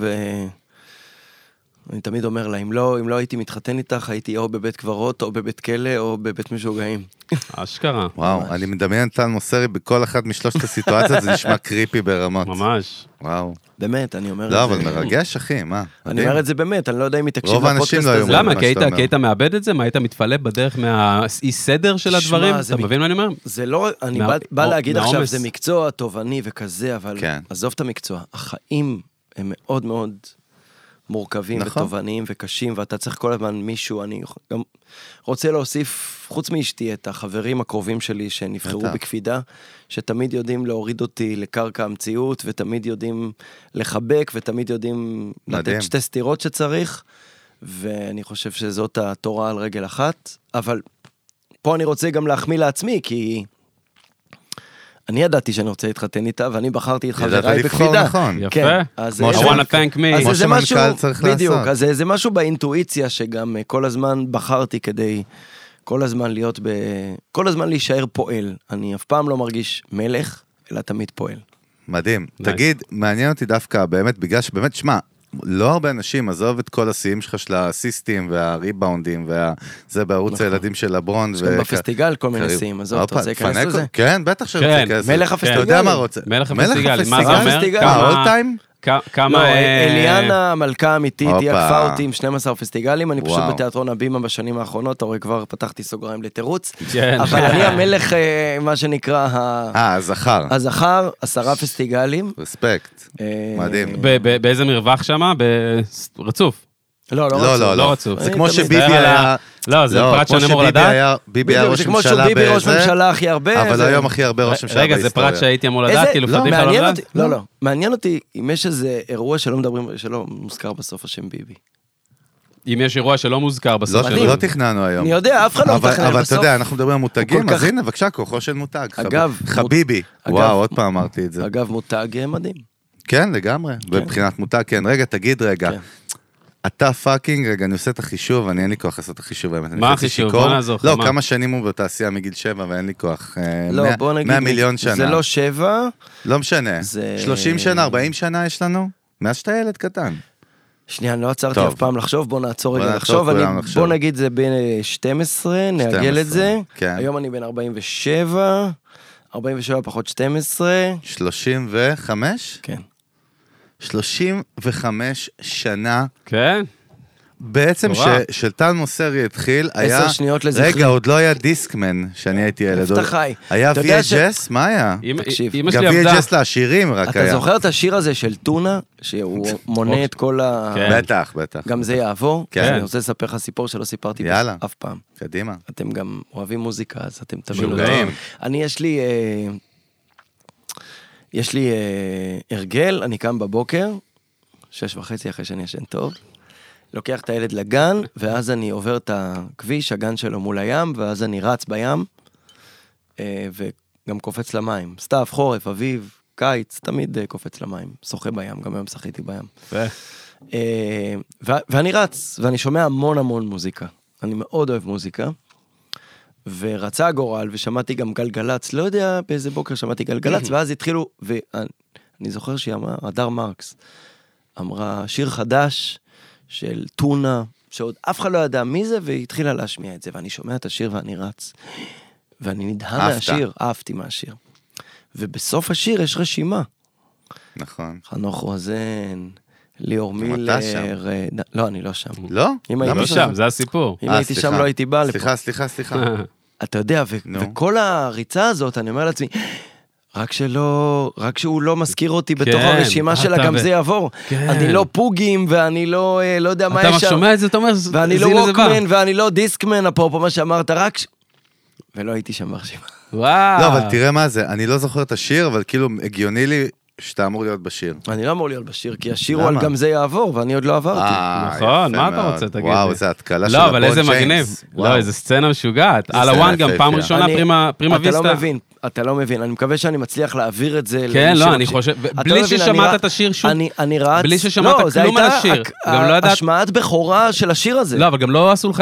C: ואני תמיד אומר לה, אם לא הייתי מתחתן איתך, הייתי או בבית קברות, או בבית כלא, או בבית משוגעים.
A: אשכרה.
B: וואו, אני מדמיין טל מוסרי בכל אחת משלושת הסיטואציות, זה נשמע קריפי ברמות.
A: ממש.
B: וואו.
C: באמת, אני אומר את
B: זה.
C: זה.
B: לא, אבל מרגש, אחי, מה?
C: אני אומר את זה באמת, אני לא יודע אם היא תקשיב
B: רוב האנשים לא
C: הזה.
A: למה? כי היית מאבד את זה? מה, היית מתפלא בדרך מהאי סדר של הדברים? אתה מבין מה אני אומר?
C: זה לא, אני בא להגיד עכשיו, זה מקצוע תובעני וכזה, אבל עזוב את המקצוע. החיים הם מאוד מאוד מורכבים ותובעניים וקשים, ואתה צריך כל הזמן מישהו, אני גם רוצה להוסיף, חוץ מאשתי, את החברים הקרובים שלי שנבחרו בקפידה, שתמיד יודעים להוריד אותי לקרקע המציאות, ותמיד יודעים לחבק, ותמיד יודעים לתת 2 סתירות שצריך, ואני חושב שזאת התורה על רגל אחת, אבל פה אני רוצה גם להחמיא לעצמי, כי אני ידעתי שאני רוצה להתחתן איתה, ואני בחרתי את חבריי בקפידה.
B: נכון.
A: יפה. I want to thank me.
B: כמו שמנכ"ל צריך לעשות.
C: בדיוק, אז זה משהו באינטואיציה, שגם כל הזמן בחרתי כדי כל הזמן כל הזמן להישאר פועל. אני אף פעם לא מרגיש מלך, אלא תמיד פועל.
B: מדהים. תגיד, מעניין אותי דווקא, באמת, בגלל שבאמת, שמע, לא הרבה אנשים, עזוב את כל השיאים שלך של הסיסטים והריבאונדים, וזה בערוץ הילדים של לברון.
C: יש גם בפסטיגל כל מיני שיאים, עזוב, אתה רוצה להיכנס לזה?
B: כן, בטח שרוצה להיכנס.
C: מלך הפסטיגל.
B: אתה יודע מה רוצה?
A: מלך הפסטיגל, מה זה אומר?
B: אול טיים?
A: כמה...
C: אליאנה, המלכה האמיתית, היא עקפה אותי עם 12 פסטיגלים, אני פשוט בתיאטרון הבימה בשנים האחרונות, אתה רואה כבר פתחתי סוגריים לתירוץ, אבל אני המלך, מה שנקרא, הזכר, 10 פסטיגלים.
B: רספקט, מדהים.
A: באיזה מרווח שמה? רצוף.
B: לא
A: רצוף.
B: זה כמו שביבי היה...
A: לא, זה פרט שאני אמור לדעת.
B: ביבי היה ראש ממשלה
C: זה כמו שביבי ראש ממשלה הכי הרבה.
B: אבל היום הכי הרבה ראש ממשלה
A: בהיסטוריה. רגע, זה פרט שהייתי אמור לדעת, כאילו פדיחה לא לדעת?
C: לא, מעניין אותי אם יש איזה אירוע שלא מדברים, שלא מוזכר בסוף השם ביבי.
A: אם יש אירוע שלא מוזכר בסוף.
B: לא תכננו היום.
C: אני יודע, אף אחד לא מתכנן בסוף.
B: אבל אתה יודע, אנחנו מדברים על מותגים, אז הנה, בבקשה, כוחו של מותג.
C: אגב,
B: חביבי. וואו, עוד פעם אמרתי את זה.
C: אגב, מותג מדהים.
B: כן, לגמרי. בבחינת מותג, כן. רגע, תגיד רגע. אתה פאקינג, רגע, אני עושה את החישוב, אני אין לי כוח לעשות את החישוב.
A: מה החישוב? בוא נעזור לך.
B: לא, כמה שנים הוא בתעשייה מגיל 7 ואין לי כוח.
C: לא, בוא נגיד,
B: 100 מיליון שנה.
C: זה לא 7.
B: לא משנה. 30 שנה, 40 שנה יש לנו? מאז שאתה ילד קטן.
C: שנייה, אני לא עצרתי אף פעם לחשוב, בוא נעצור רגע לחשוב. בוא נגיד זה בין 12, נעגל את זה. היום אני בין 47, 47 פחות 12.
B: 35?
C: כן.
B: 35 שנה.
A: כן.
B: בעצם שטל מוסרי התחיל, היה...
C: 10 שניות לזכרי.
B: רגע, עוד לא היה דיסקמן, שאני הייתי ילד.
C: הבטחי.
B: היה VHS? מה היה?
C: תקשיב.
B: גם VHS לעשירים רק היה.
C: אתה זוכר את השיר הזה של טונה, שהוא מונה את כל ה...
B: בטח, בטח.
C: גם זה יעבור?
B: כן.
C: אני רוצה לספר לך סיפור שלא סיפרתי אף פעם.
B: קדימה.
C: אתם גם אוהבים מוזיקה, אז אתם תבינו.
B: שוגעים.
C: אני, יש לי הרגל, אני קם בבוקר, 6:30 אחרי שאני ישן טוב, לוקח את הילד לגן, ואז אני עובר את הכביש, הגן שלו מול הים, ואז אני רץ בים, וגם קופץ למים. סתיו, חורף, אביב, קיץ, תמיד קופץ למים. שוחה בים, גם היום שחיתי בים. ואני רץ, ואני שומע המון המון מוזיקה. אני מאוד אוהב מוזיקה. ורצה הגורל, ושמעתי גם גלגלץ, לא יודע באיזה בוקר שמעתי גלגלץ, ואז התחילו, ואני זוכר שהיא אמרה, הדר מרקס, אמרה שיר חדש של טונה, שעוד אף אחד לא ידע מי זה, והיא התחילה להשמיע את זה, ואני שומע את השיר ואני רץ, ואני נדהם מהשיר, אהבתי מהשיר. ובסוף השיר יש רשימה.
B: נכון.
C: חנוך רוזן, ליאור מילר, לא, אני לא שם.
B: לא?
A: למה שם? זה הסיפור.
C: אם הייתי שם לא הייתי בא לפה.
B: סליחה.
C: אתה יודע, וכל הריצה הזאת, אני אומר לעצמי, רק שהוא לא מזכיר אותי בתוך הרשימה שלה, גם זה יעבור. אני לא פוגים, ואני לא יודע מה יש שם.
A: אתה שומע את זה, אתה אומר,
C: ואני לא ווקמן, ואני לא דיסקמן, אפרופו מה שאמרת, רק... ולא הייתי שם ברשימה.
A: וואו.
B: לא, אבל תראה מה זה, אני לא זוכר את השיר, אבל כאילו הגיוני לי שאתה אמור להיות בשיר.
C: אני לא אמור להיות בשיר, כי השיר הוא על גם זה יעבור, ואני עוד לא עברתי.
A: נכון, מה אתה רוצה, תגיד?
B: וואו, זה התקלה של
A: לא, אבל איזה מגניב. לא, איזה סצנה משוגעת. על הוואן גם פעם ראשונה פרימה ויסטה.
C: אתה לא מבין, אני מקווה שאני מצליח להעביר את זה.
A: כן, לא, אני חושב, בלי ששמעת את השיר שוב.
C: אני רץ.
A: בלי ששמעת כלום על השיר.
C: גם לא יודעת. השמעת בכורה של השיר הזה.
A: לא, אבל גם לא עשו לך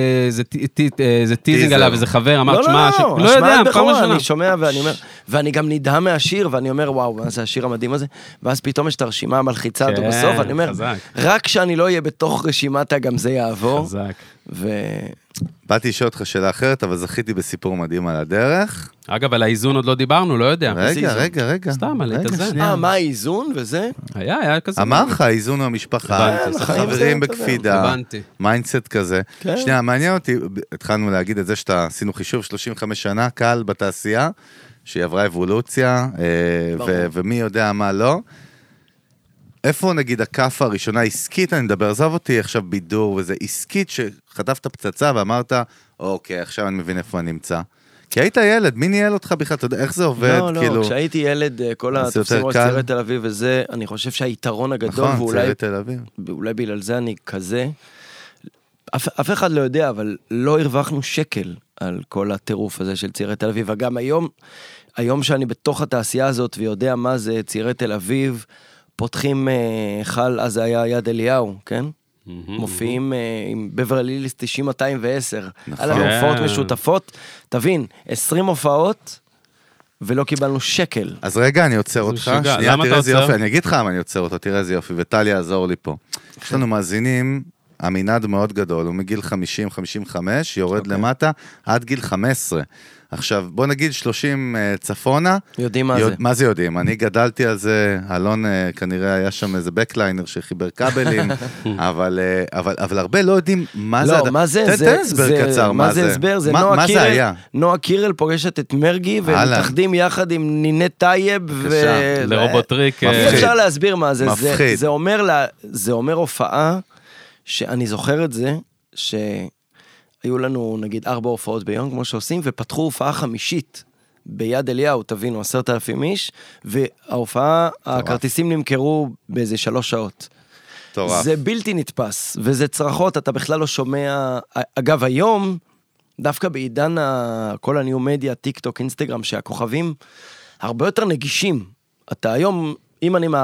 A: איזה טיזינג עליו, איזה חבר, אמרת שמה,
C: לא יודע, פעם ראשונה. אני שומע ואני אומר, ואני גם נדהם מהשיר, ואני אומר, וואו, מה זה השיר המדהים הזה? ואז פתאום יש את הרשימה המלחיצה עד בסוף, אני אומר, רק שאני לא אהיה בתוך רשימת גם זה יעבור.
A: חזק.
B: באתי לשאול אותך שאלה אחרת, אבל זכיתי בסיפור מדהים על הדרך.
A: אגב, על האיזון עוד לא דיברנו, לא יודע.
B: רגע.
A: סתם, על ההתאזן.
C: מה האיזון וזה?
A: היה כזה.
B: אמר לך, האיזון הוא המשפחה, חברים בקפידה, מיינדסט כזה. שנייה, מעניין אותי, התחלנו להגיד את זה שאתה עשינו חישוב 35 שנה, קל בתעשייה, שהיא עברה אבולוציה, ומי יודע מה לא. איפה נגיד הכף הראשונה עסקית, אני מדבר, עזוב אותי עכשיו בידור וזה, עסקית שחטפת פצצה ואמרת, אוקיי, עכשיו אני מבין איפה אני נמצא. כי היית ילד, מי ניהל אותך בכלל? אתה יודע איך זה עובד?
C: לא, כשהייתי ילד, כל התופסים על צעירי תל אביב וזה, אני חושב שהיתרון הגדול, ואולי בגלל זה אני כזה, אף אחד לא יודע, אבל לא הרווחנו שקל על כל הטירוף הזה של צעירי תל אביב, וגם היום שאני בתוך התעשייה הזאת ויודע מה זה צעירי תל אביב, פותחים חל, אז זה היה יד אליהו, כן? מופיעים עם בברלי היליס 90-210,
B: נכון.
C: על ההופעות
A: כן.
C: משותפות, תבין, 20 הופעות, ולא קיבלנו שקל.
B: אז רגע, אני עוצר אותך,
A: משוגע.
B: שנייה,
A: למה
B: תראה
A: אתה
B: איזה
A: עוצר?
B: יופי, אני אגיד לך למה אני עוצר אותו, תראה איזה יופי, וטלי יעזור לי פה. יש לנו מאזינים, המנעד מאוד גדול, הוא מגיל 50-55, יורד למטה, עד גיל 15. עכשיו, בוא נגיד 30 צפונה.
C: יודעים מה זה.
B: מה זה יודעים? אני גדלתי על זה, אלון כנראה היה שם איזה בקליינר שחיבר כבלים, אבל הרבה לא יודעים מה זה.
C: לא, מה זה?
B: תן הסבר קצר, מה זה?
C: מה זה הסבר? זה
B: מה זה היה?
C: נועה קירל פוגשת את מרגי, ומתאחדים יחד עם נינת טייב,
A: לרובוטריק.
C: אי אפשר להסביר מה זה.
B: מפחיד.
C: זה אומר הופעה, שאני זוכר את זה, שהיו לנו נגיד 4 הופעות ביום, כמו שעושים, ופתחו הופעה 5 ביד אליהו, תבינו, 10,000 איש, וההופעה, הכרטיסים נמכרו באיזה 3 שעות.
B: טורף.
C: זה בלתי נתפס, וזה צרחות, אתה בכלל לא שומע. אגב, היום, דווקא בעידן כל הניו מדיה, טיק טוק, אינסטגרם, שהכוכבים הרבה יותר נגישים. אתה היום, אם אני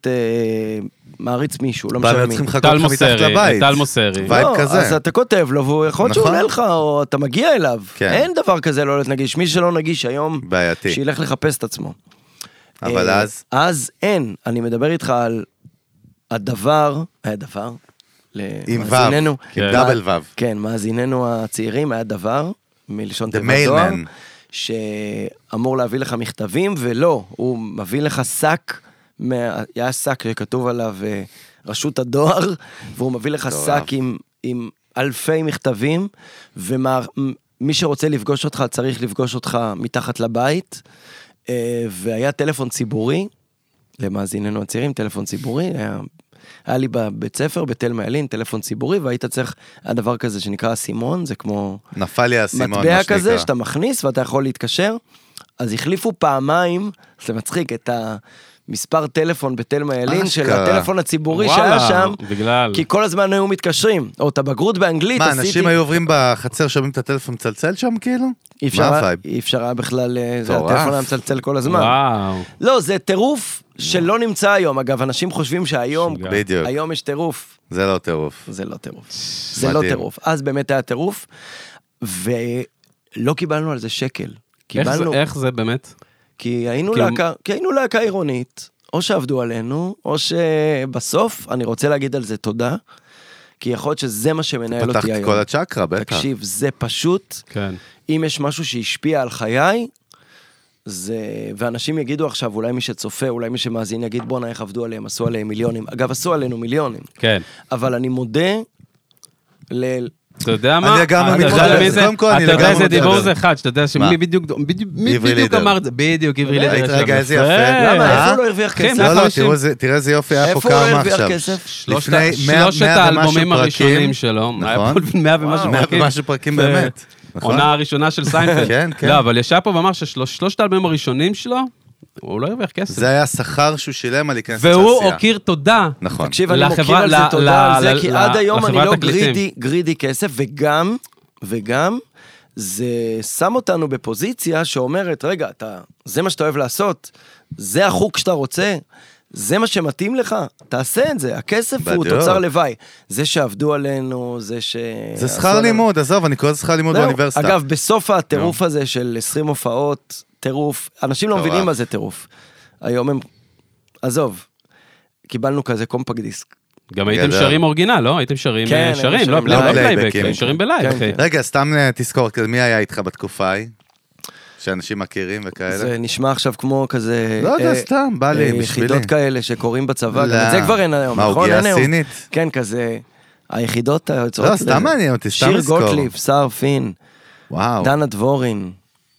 C: מעריץ מישהו, לא משנה מי.
A: טל מוסרי.
B: וייב
C: לא,
B: כזה.
C: אז אתה כותב לו, והוא יכול להיות שהוא
B: נכון.
C: עולה לך, או אתה מגיע אליו.
B: כן.
C: אין דבר כזה לא להיות נגיש. מי שלא נגיש היום,
B: בעייתי.
C: שילך לחפש את עצמו.
B: אבל אז?
C: אז אין. אני מדבר איתך על הדבר, היה דבר,
B: עם
C: למאזיננו.
B: וו, עם דאבל וו.
C: כן, מאזיננו הצעירים, היה דבר, מלשון
B: The
C: תיבת דואר,
B: mailman.
C: שאמור להביא לך מכתבים, ולא, הוא מביא לך שק, היה שק שכתוב עליו רשות הדואר, והוא מביא לך שק עם אלפי מכתבים, ומי שרוצה לפגוש אותך, צריך לפגוש אותך מתחת לבית, והיה טלפון ציבורי, למאזיננו הצעירים, טלפון ציבורי, היה לי בבית ספר, בתל מעלין, טלפון ציבורי, והיית צריך, היה דבר כזה שנקרא אסימון, זה כמו
B: נפל לי האסימון, מה
C: מטבע
B: שנקרא.
C: כזה, שאתה מכניס ואתה יכול להתקשר, אז החליפו פעמיים, זה מצחיק, את המספר טלפון בתל מעלין, של
B: אשכרה.
C: הטלפון הציבורי
A: וואלה,
C: שהיה שם,
A: בגלל.
C: כי כל הזמן היו מתקשרים, או את הבגרות באנגלית
B: מה,
C: עשיתי,
B: אנשים היו עוברים בחצר, שומעים את הטלפון מצלצל שם כאילו? מה הווייב?
C: אי אפשר היה בכלל, זה
B: מטורף.
C: הטלפון היה מצלצל כל הזמן.
A: וואו.
C: לא, זה טירוף שלא נמצא היום. אגב, אנשים חושבים שהיום,
A: שוגע.
B: בדיוק.
C: היום יש טירוף.
B: זה לא טירוף.
C: זה לא טירוף. זה לא
B: מדהים.
C: טירוף. אז באמת היה טירוף, ולא קיבלנו על זה שקל. קיבלנו,
A: איך זה באמת?
C: כי היינו
A: כאילו-
C: להקה עירונית, או שעבדו עלינו, או שבסוף, אני רוצה להגיד על זה תודה, כי יכול להיות שזה מה שמנהל
B: פתחת
C: אותי
B: את
C: היום.
B: כל הצ'קרה, בטח.
C: תקשיב, זה פשוט,
A: כן.
C: אם יש משהו שהשפיע על חיי, זה, ואנשים יגידו עכשיו, אולי מי שצופה, אולי מי שמאזין יגיד, בוא איך עבדו עליהם, עשו עליהם מיליונים. אגב, עשו עלינו מיליונים.
A: כן.
C: אבל אני מודה
A: אתה יודע מה?
B: אני גם
A: אתה יודע
B: מתחבר,
A: מי זה?
B: קודם כל, אני
A: אתה יודע
B: לגמרי
A: איזה דיבור
B: מתחבר.
A: זה אחד, שאתה יודע
B: מה?
A: שמי בדיוק
B: עברי לידר.
A: אמר את זה, בדיוק, עברי לידר.
B: ראית
A: ישב.
B: רגע איזה יפה.
C: למה,
B: אה?
C: איפה הוא לא הרוויח
A: כן,
C: כסף?
B: לא, לא,
A: 150.
B: תראה איזה יופי, היה פה
C: איפה הוא
B: קרמה
C: הרוויח
B: עכשיו.
C: כסף?
B: לפני 100
A: שלושת
B: ומשהו
A: האלבומים הראשונים
B: פרקים.
A: שלו, היה
B: נכון.
A: פה 100 ומשהו
B: 100
A: פרקים.
B: ומשהו פרקים באמת. נכון.
A: עונה הראשונה של סיינפלד.
B: כן, כן.
A: לא, אבל ישב פה ואמר ששלושת האלבומים הראשונים שלו, הוא לא הרוויח כסף.
B: זה היה שכר שהוא שילם על להיכנס לתעשייה.
A: והוא הוקיר תודה.
B: נכון.
C: תקשיב, אני
A: לחברה-
C: מוקיר על זה
A: ל-
C: תודה על זה,
A: ל-
C: כי
A: ל-
C: עד היום אני
A: לחברת
C: לא
A: תקליטים.
C: גרידי כסף, וגם זה שם אותנו בפוזיציה שאומרת, רגע, זה מה שאתה אוהב לעשות, זה החוק שאתה רוצה, זה מה שמתאים לך, תעשה את זה, הכסף הוא
B: בדיוק.
C: תוצר לוואי. זה שעבדו עלינו,
B: זה שכר לימוד, עזוב, אני קורא שכר לימוד באוניברסיטה.
C: אגב, בסוף הטירוף הזה של 20 הופעות, טירוף, אנשים לא מבינים מה זה טירוף. היום הם, עזוב, קיבלנו כזה קומפקט דיסק.
A: גם הייתם
B: גדל.
A: שרים אורגינל, לא? הייתם שרים
C: כן,
A: שרים,
C: היינו
A: לא
C: שרים לייב.
A: פלייבק,
B: פלייבקים.
A: הייתם שרים בלייב,
C: כן,
A: אחי.
B: רגע, סתם תזכור, מי היה איתך בתקופה ההיא? שאנשים מכירים וכאלה?
C: זה נשמע עכשיו כמו כזה...
B: לא יודע, סתם, בא לי, בשבילי.
C: יחידות כאלה שקוראים בצבא,
B: לא.
C: גם את זה כבר אין היום,
B: מה,
C: נכון?
B: עוגיה
C: אין היום.
B: סינית?
C: כן, כזה, היחידות היוצרות...
B: לא, סתם מעניין אותי, סתם
C: שיר
B: לזכור.
C: גוטליב, שר פין,
B: וואו.
C: דנה דבורין,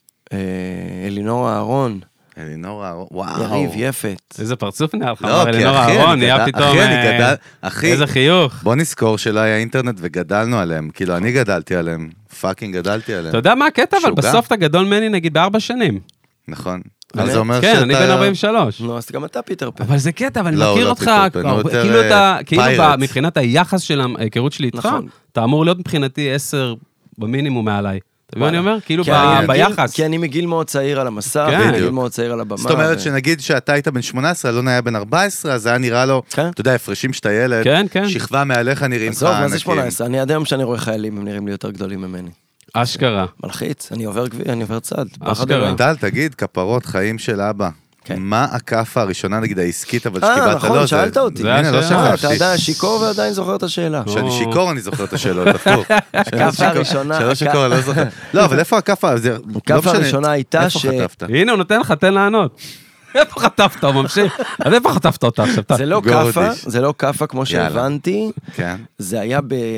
C: אלינור אהרון,
B: אלינור אהרון, וואו.
C: יריב יפת.
A: איזה פרצוף נהיה לך,
B: לא,
A: אמר
B: כי
A: אלינור
B: אחי,
A: אהרון,
B: אני
A: נהיה
B: גדל-
A: פתאום...
B: אחי, אני גדל- אחי.
A: איזה חיוך.
B: בוא נזכור שלא היה אינטרנט וגדלנו עליהם, כאילו אני גדלתי עליהם, פאקינג גדלתי עליהם.
A: אתה יודע מה הקטע, אבל
B: משוגע.
A: בסוף אתה גדול ממני נגיד ב4 שנים.
B: נכון.
C: באמת?
B: אז זה אומר
A: כן,
B: שאתה...
A: אני בן 43.
C: נו, אז גם אתה פיטר פן.
A: אבל זה קטע, אבל אני
B: לא,
A: מכיר
B: לא
A: אותך,
B: פיטר פן, הוא יותר,
A: כאילו אתה, כאילו
B: פיירט.
A: מבחינת היחס של ההיכרות שלי איתך,
C: נכון.
A: אתה אמור להיות מבחינתי 10 במינימום מעליי. אתה מבין מה אני אומר? כאילו
C: כי אני מגיל-
A: ביחס.
C: כי אני מגיל מאוד צעיר על המסך,
A: כן.
C: מגיל מאוד צעיר על הבמה.
B: זאת אומרת שנגיד שאתה היית בן 18, אלון היה בן 14, אז היה נראה לו,
C: כן.
B: אתה יודע, הפרשים שאתה ילד,
A: כן, כן.
B: שכבה מעליך נראים לך
C: עזוב, מה זה
B: ענקים.
C: 18? אני עד היום שאני רואה חיילים, הם נראים לי יותר גדולים ממני.
A: אשכרה.
C: מלחיץ, אני עובר צד.
A: אשכרה.
B: טל, תגיד, כפרות, חיים של אבא.
C: כן.
B: מה הכאפה הראשונה, נגיד, העסקית, אבל שקיבלת
C: נכון,
B: לא,
C: שאלת אותי.
A: זה
B: הנה, לא
A: השאלה.
C: אתה
B: שכחתי.
C: יודע, שיכור ועדיין זוכר את השאלה.
B: כשאני
A: או.
B: שיכור אני זוכר את השאלות, הפוך.
C: הכאפה הראשונה,
B: שלא שיכור, אני לא זוכר. לא, אבל איפה הכאפה? זה לא
C: הכאפה
B: משנה.
C: הראשונה הייתה
B: איפה חטפת?
A: הנה, הוא נותן לך, תן לענות. איפה חטפת, הוא ממשיך? אז איפה חטפת אותה עכשיו?
C: זה לא
B: גורדיש.
C: כאפה, זה לא כאפה כמו
B: יאללה.
C: שהבנתי,
B: כן.
C: זה היה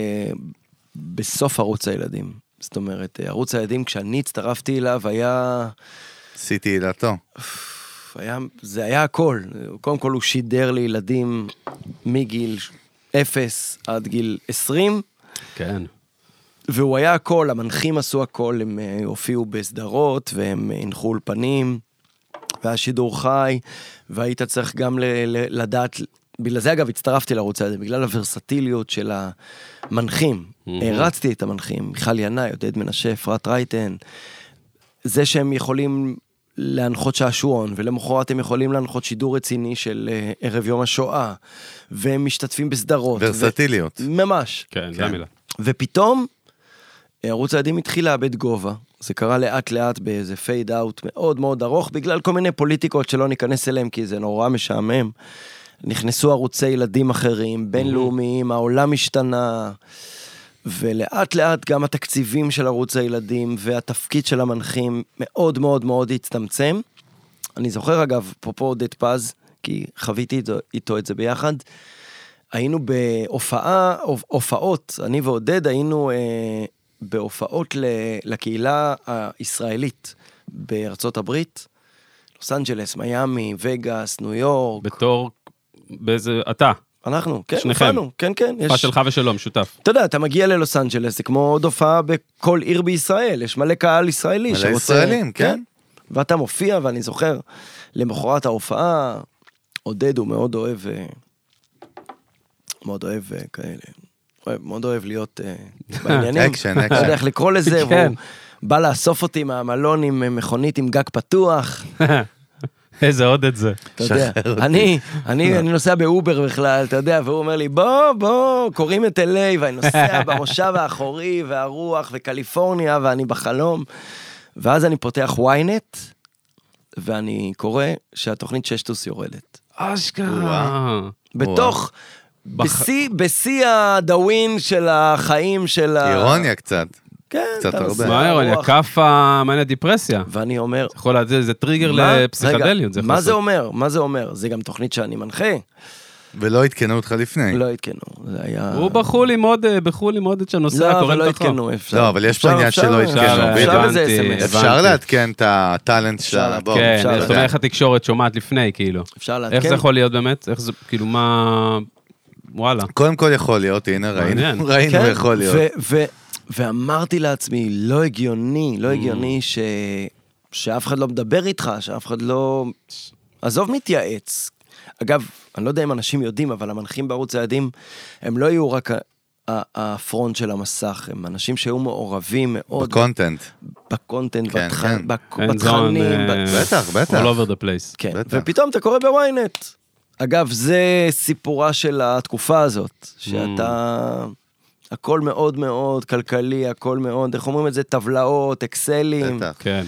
C: בסוף ערוץ הילדים. זאת אומרת, ערוץ הילדים, כשאני הצטרפתי אליו,
B: עשיתי עילתו.
C: זה היה הכל. קודם כל הוא שידר לילדים מגיל 0 עד גיל 20,
A: כן.
C: והוא היה הכל, המנחים עשו הכל, הם הופיעו בסדרות, והם הנחו אולפנים, והיה שידור חי, והיית צריך גם לדעת, בגלל זה אגב הצטרפתי לערוץ הזה, בגלל הוורסטיליות של המנחים. הרצתי את המנחים, מיכל ינאי, עודד מנשה, אפרת רייטן, זה שהם יכולים להנחות שעשועון, ולמחרת הם יכולים להנחות שידור רציני של ערב יום השואה, והם משתתפים בסדרות.
B: ורסטיליות.
C: ממש.
A: כן, זה המילה.
C: ופתאום, ערוץ הילדים התחיל לאבד גובה. זה קרה לאט לאט באיזה פייד אאוט מאוד מאוד ארוך, בגלל כל מיני פוליטיקות שלא ניכנס אליהם, כי זה נורא משעמם. נכנסו ערוצי ילדים אחרים, בינלאומיים, העולם השתנה, ולאט לאט גם התקציבים של ערוץ הילדים, והתפקיד של המנחים מאוד מאוד מאוד הצטמצם. אני זוכר אגב, פופו עודד פז, כי חוויתי איתו את זה ביחד, היינו בהופעות, אני ועודד היינו בהופעות לקהילה הישראלית בארצות הברית, לוס אנג'לס, מיאמי, וגאס, ניו יורק.
A: בתור, באיזה, אתה.
C: אנחנו, כן,
A: שניכם.
C: הופענו, כן, כן.
A: הופעה שלך ושלו, משותף.
C: אתה יודע, אתה מגיע ללוס אנג'לס, זה כמו עוד הופעה בכל עיר בישראל, יש מלא קהל ישראלי
B: מלא
C: שרוצה...
B: ישראלים, כן.
C: ואתה מופיע, ואני זוכר, למחרת ההופעה, עודד הוא מאוד אוהב כאלה, מאוד אוהב להיות בעניינים.
B: אקשן,
C: לא יודע
B: אקשן.
C: איך לקרוא לזה, והוא
A: כן.
C: בא לאסוף אותי מהמלון עם מכונית עם גג פתוח,
A: איזה עוד את זה.
C: אתה יודע, אני נוסע באובר בכלל, אתה יודע, והוא אומר לי, בוא, קוראים את LA, ואני נוסע במושב האחורי, והרוח, וקליפורניה, ואני בחלום, ואז אני פותח ynet, ואני קורא שהתוכנית ששטוס יורדת.
A: אשכרה.
C: בתוך, בשיא הדאווין של החיים של
B: אירוניה קצת.
C: כן,
B: קצת
C: אתה
B: הרבה.
C: נוסע
A: מה אירוניה?
C: רוח.
A: כאפה מעניין דיפרסיה.
C: ואני אומר,
A: יכול לדעת, זה טריגר
C: מה?
A: לפסיכדליות.
C: רגע, מה זה אומר? מה זה אומר? זה גם תוכנית שאני מנחה.
B: ולא עדכנו אותך לפני.
C: לא התקנו, זה היה...
A: הוא בחול עם עוד את שהנוסע,
C: לא, אבל
A: קוראים
C: לא
A: את החור.
C: התקנו, אפשר.
B: לא, אבל יש פה עניין שלא התקנו.
C: אפשר איזה
A: הבנתי,
C: SMS.
B: אפשר לעדכן את הטאלנט שלה. בוא,
A: כן,
C: אפשר
A: זאת
C: לדעת.
A: אומרת איך התקשורת שומעת לפני, כאילו.
C: אפשר לעדכן.
A: איך זה יכול להיות באמת? איך זה, כאילו, מה... וואלה.
B: קודם כל יכול להיות, הנה
A: מעניין.
B: ראינו
C: כן,
B: יכול להיות.
C: ואמרתי לעצמי, לא הגיוני שאף אחד לא מדבר איתך, שאף אחד לא... עזוב מתייעץ. אגב, אני לא יודע אם אנשים יודעים, אבל המנחים בערוץ הילדים, הם לא יהיו רק הפרונט של המסך, הם אנשים שהיו מעורבים מאוד
B: בקונטנט.
C: בקונטנט,
B: כן, כן.
C: בתכנים.
B: בטח, בטח.
A: all over the place.
C: כן,
B: בטח.
C: ופתאום אתה קורא בוויינט. אגב, זה סיפורה של התקופה הזאת, שאתה... הכל מאוד מאוד כלכלי, הכל מאוד, איך אומרים את זה, טבלאות, אקסלים.
B: בטח.
A: כן.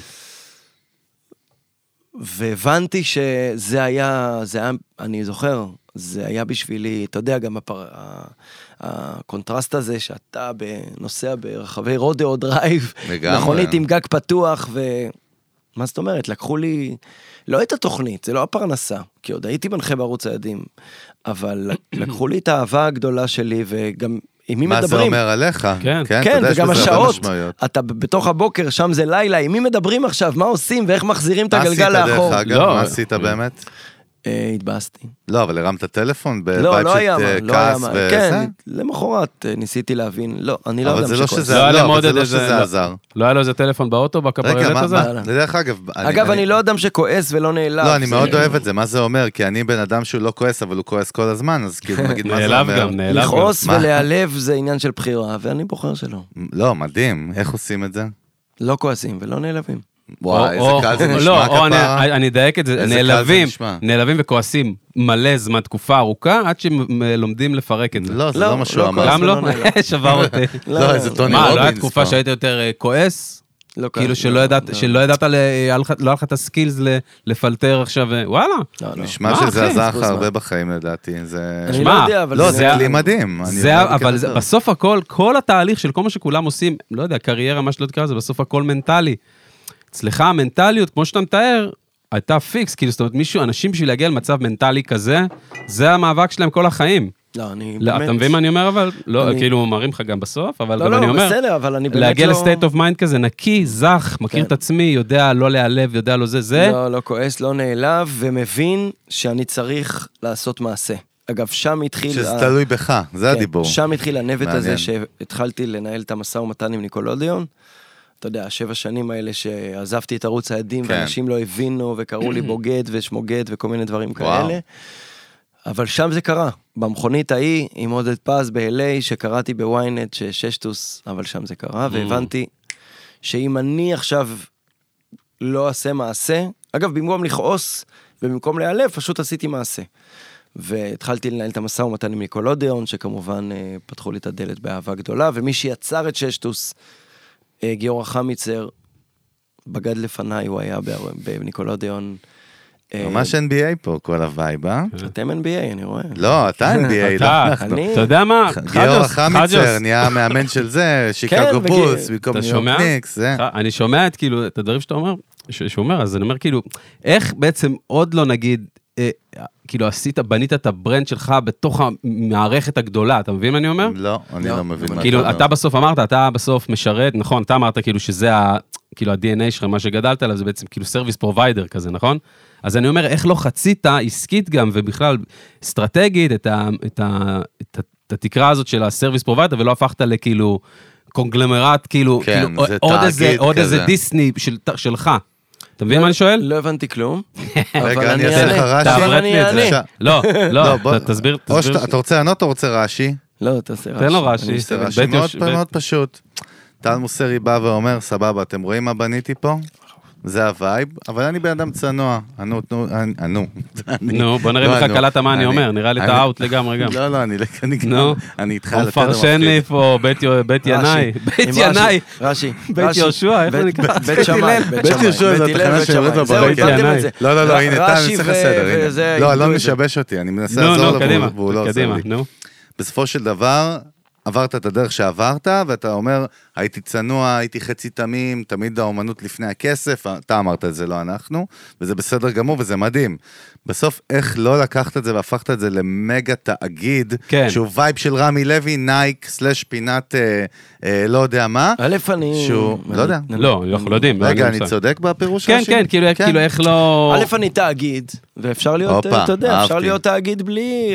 C: והבנתי שזה היה, אני זוכר, זה היה בשבילי, אתה יודע, גם הקונטרסט הזה, שאתה נוסע ברחבי רודאו דרייב,
B: לגמרי.
C: מכונית עם גג פתוח, מה זאת אומרת? לקחו לי, לא את התוכנית, זה לא הפרנסה, כי עוד הייתי מנחה בערוץ הילדים, אבל לקחו לי את האהבה הגדולה שלי, וגם עם מי מדברים.
B: מה זה אומר עליך?
A: כן.
B: אתה
C: כן,
B: יודע, יש
C: וגם
B: לזה הרבה
C: השעות,
B: משמעויות.
C: אתה בתוך הבוקר, שם זה לילה, עם מי מדברים עכשיו, מה עושים ואיך מחזירים את הגלגל
B: מה עשית
C: לאחור.
B: דרך אגב?
A: לא.
B: מה עשית באמת?
C: התבאסתי.
B: לא, אבל הרמת טלפון
C: לא,
B: בווייב
C: לא היה
B: של
C: מה, לא היה
B: כעס
C: מה.
B: וזה?
C: כן, למחרת ניסיתי להבין, לא, אני לא
B: אבל
C: אדם
B: זה לא
C: שכועס.
B: שזה-
A: לא היה
B: לא,
A: להם
B: אבל
A: עוד
B: זה לא
A: איזה-
B: שזה
A: לא.
B: עזר.
A: לא היה לו איזה טלפון באוטו,
B: רגע,
A: בקברלט הזה?
B: דרך אגב,
C: אגב, אני לא אדם שכועס ולא נעלב.
B: לא, אני
C: זה-
B: מאוד אוהב את זה, מה זה אומר? כי אני בן אדם שהוא לא כועס, אבל הוא כועס כל הזמן, אז כאילו, נגיד, מה זה
A: נעלב
B: אומר?
A: גם, נעלב גם.
C: לכעוס
B: מה?
C: ולהיעלב זה עניין של בחירה, ואני בוחר שלא.
B: לא, מדהים, איך עושים את זה?
C: לא כועסים ולא נעלבים.
B: וואי, איזה קל זה נשמע
A: לא,
B: כפרה.
A: אני אדייק את זה,
B: איזה קל זה נשמע.
A: נעלבים וכועסים מלא זמן, תקופה ארוכה, עד שלומדים לפרק את זה.
B: לא, זה לא מה שהוא
C: לא
B: אמר.
A: גם לא?
C: נעלב.
A: שבר אותי.
B: לא, איזה טוני
A: מה, לא
B: רובינס.
A: היה תקופה שהיית יותר כועס?
C: לא
A: כאילו
C: כועס,
A: שלא ידעת, לא היה לך את הסקילס לפלטר עכשיו, וואלה.
C: לא.
B: נשמע
A: מה,
B: שזה
A: אחי?
B: עזר לך
C: זמן.
B: הרבה בחיים לדעתי.
C: אני
A: שמע,
C: לא יודע, אבל
B: לא, זה כלי מדהים. אני
A: זה,
B: יודע
A: אבל
B: בקטע טוב.
A: בסוף הכל, כל התהליך של כל מה שכולם עושים, לא יודע, קריירה, מה שלא תקרא, זה בסוף הכל מנטלי. אצלך המנטליות, כמו שאתה מתאר, הייתה פיקס, כאילו, זאת אומרת, אנשים בשביל להגיע למצב מנטלי כזה, זה המאבק שלהם כל החיים.
C: לא, אני
A: לא,
C: באמת...
A: אתה מבין מה אני אומר, אבל? לא,
C: אני-
A: כאילו, מראים לך גם בסוף, אבל
C: לא,
A: גם אני
C: לא,
A: אומר,
C: בסדר, אבל אני באמת
A: להגיע
C: לא...
A: לסטייט אוף מיינד כזה, נקי, זך, מכיר
C: כן.
A: את עצמי, יודע לא להיעלב, יודע לא זה.
C: לא כועס, לא נעלב, ומבין שאני צריך לעשות מעשה. אגב, שם התחיל...
B: שזה תלוי בך, זה
C: כן,
B: הדיבור.
C: שם התחיל הנבט הזה
B: מעניין.
C: שהתחלתי לנהל את המשא ומתן עם ניקולודיון. אתה יודע, 7 שנים האלה שעזבתי את ערוץ העדים,
B: כן.
C: ואנשים לא הבינו, וקראו לי בוגד ושמוגד וכל מיני דברים
B: וואו.
C: כאלה. אבל שם זה קרה. במכונית ההיא, עם עודד פז ב-LA, שקראתי בוויינט, שששטוס, אבל שם זה קרה, והבנתי שאם אני עכשיו לא אעשה מעשה, אגב, במקום לכעוס ובמקום להיעלב, פשוט עשיתי מעשה. והתחלתי לנהל את המשא ומתן עם ניקולודיון, שכמובן פתחו לי את הדלת באהבה גדולה, ומי שיצר את ששטוס, גיורא חמיצר, בגד לפניי, הוא היה בניקולודיון.
B: ממש NBA פה, כל הווייב, אה?
C: אתם NBA, אני רואה.
B: לא, אתה NBA, לא אנחנו.
C: אני-
A: אתה יודע מה?
B: גיורא
A: חג'וס,
B: חמיצר נהיה מאמן של זה, שיקגו
C: כן,
B: בולס, במקום
A: אתה
B: ניו יורק
A: שומע?
B: ניקס, זה.
A: אני שומע את הדברים שאתה אומר, שהוא אומר, אז אני אומר כאילו, איך בעצם עוד לא נגיד, כאילו בנית את הברנד שלך בתוך המערכת הגדולה, אתה מבין מה אני אומר?
B: לא, אני לא מבין מה
A: כאילו,
B: אומר.
A: אתה בסוף אמרת, אתה בסוף משרת, נכון, אתה אמרת כאילו שזה כאילו ה-DNA שלך, מה שגדלת עליו, זה בעצם כאילו סרוויס פרוביידר כזה, נכון? אז אני אומר, איך לא חצית, עסקית גם, ובכלל אסטרטגית, את התקרה הזאת של הסרוויס פרוביידר, ולא הפכת לכאילו קונגלמרט, כאילו,
B: כן,
A: כאילו,
B: זה
A: עוד
B: תאגיד
A: עוד איזה
B: כזה.
A: דיסני שלך. אתה מבין מה אני שואל?
C: לא הבנתי כלום.
B: רגע, אני אעשה לך רש"י.
C: אבל
A: תעברת
C: אני
A: לי את זה.
C: אענה.
A: לא,
B: לא, בוא-
A: תסביר.
B: או אתה רוצה לענות או רוצה רש"י?
C: לא, תעשה רש"י.
A: תן לו רש"י.
C: אני
B: זה
C: מסתכל.
B: רש"י מאוד פשוט. טל מוסרי בא ואומר, סבבה, אתם רואים מה בניתי פה? זה הווייב, אבל אני בן אדם צנוע. ענו.
A: נו, בוא נראה
B: לא,
A: לך
B: נו.
A: קלטת מה אני
B: אני-
A: אומר, נראה לי את
B: אני-
A: האוט לגמרי גם.
B: לא,
A: נו.
B: אני איתך
A: הוא
B: על התדר
A: מפרשן לי
B: מפחיד.
A: פה, בית ינאי. בית
C: עם
A: ינאי.
C: רש"י.
A: בית
C: רש"י.
A: יהושע, איך זה
C: בית-
A: נקרא?
C: בית שמאי.
B: בית יהושע זה
C: בית הלל,
B: התחנה
C: בית
B: שיורדת
C: שמאי.
B: בבית
C: זהו, הבנתם
A: ינאי.
C: את זה.
B: לא, הנה, טל, אני
C: רש"י
B: צריך לסדר,
C: וזה,
B: הנה. לא,
C: איבדו
B: לא
C: את זה.
B: משבש אותי, אני מנסה
A: נו,
B: לעזור לו,
A: קדימה,
B: והוא לא עוזר
A: קדימה,
B: לי.
A: נו.
B: בסופו של דבר, עברת את הדרך שעברת, ואתה אומר, הייתי צנוע, הייתי חצי תמים, תמיד האומנות לפני הכסף, אתה אמרת את זה, לא אנחנו, וזה בסדר גמור, וזה מדהים. בסוף, איך לא לקחת את זה והפכת את זה למגה תאגיד,
A: כן.
B: שהוא וייב של רמי לוי, נייק, סלש פינת, לא יודע מה,
C: א', אני...
B: שהוא, לא יודע.
A: לא, אנחנו לא יודעים. לא
B: רגע,
A: יודע
B: אני
A: מושג.
B: צודק בפירוש
A: כן,
B: רש"י?
A: כן, כאילו איך לא...
C: א', אני תאגיד, ואפשר להיות,
B: הופה,
C: אתה יודע, אפשר
B: אהבתי.
C: להיות תאגיד בלי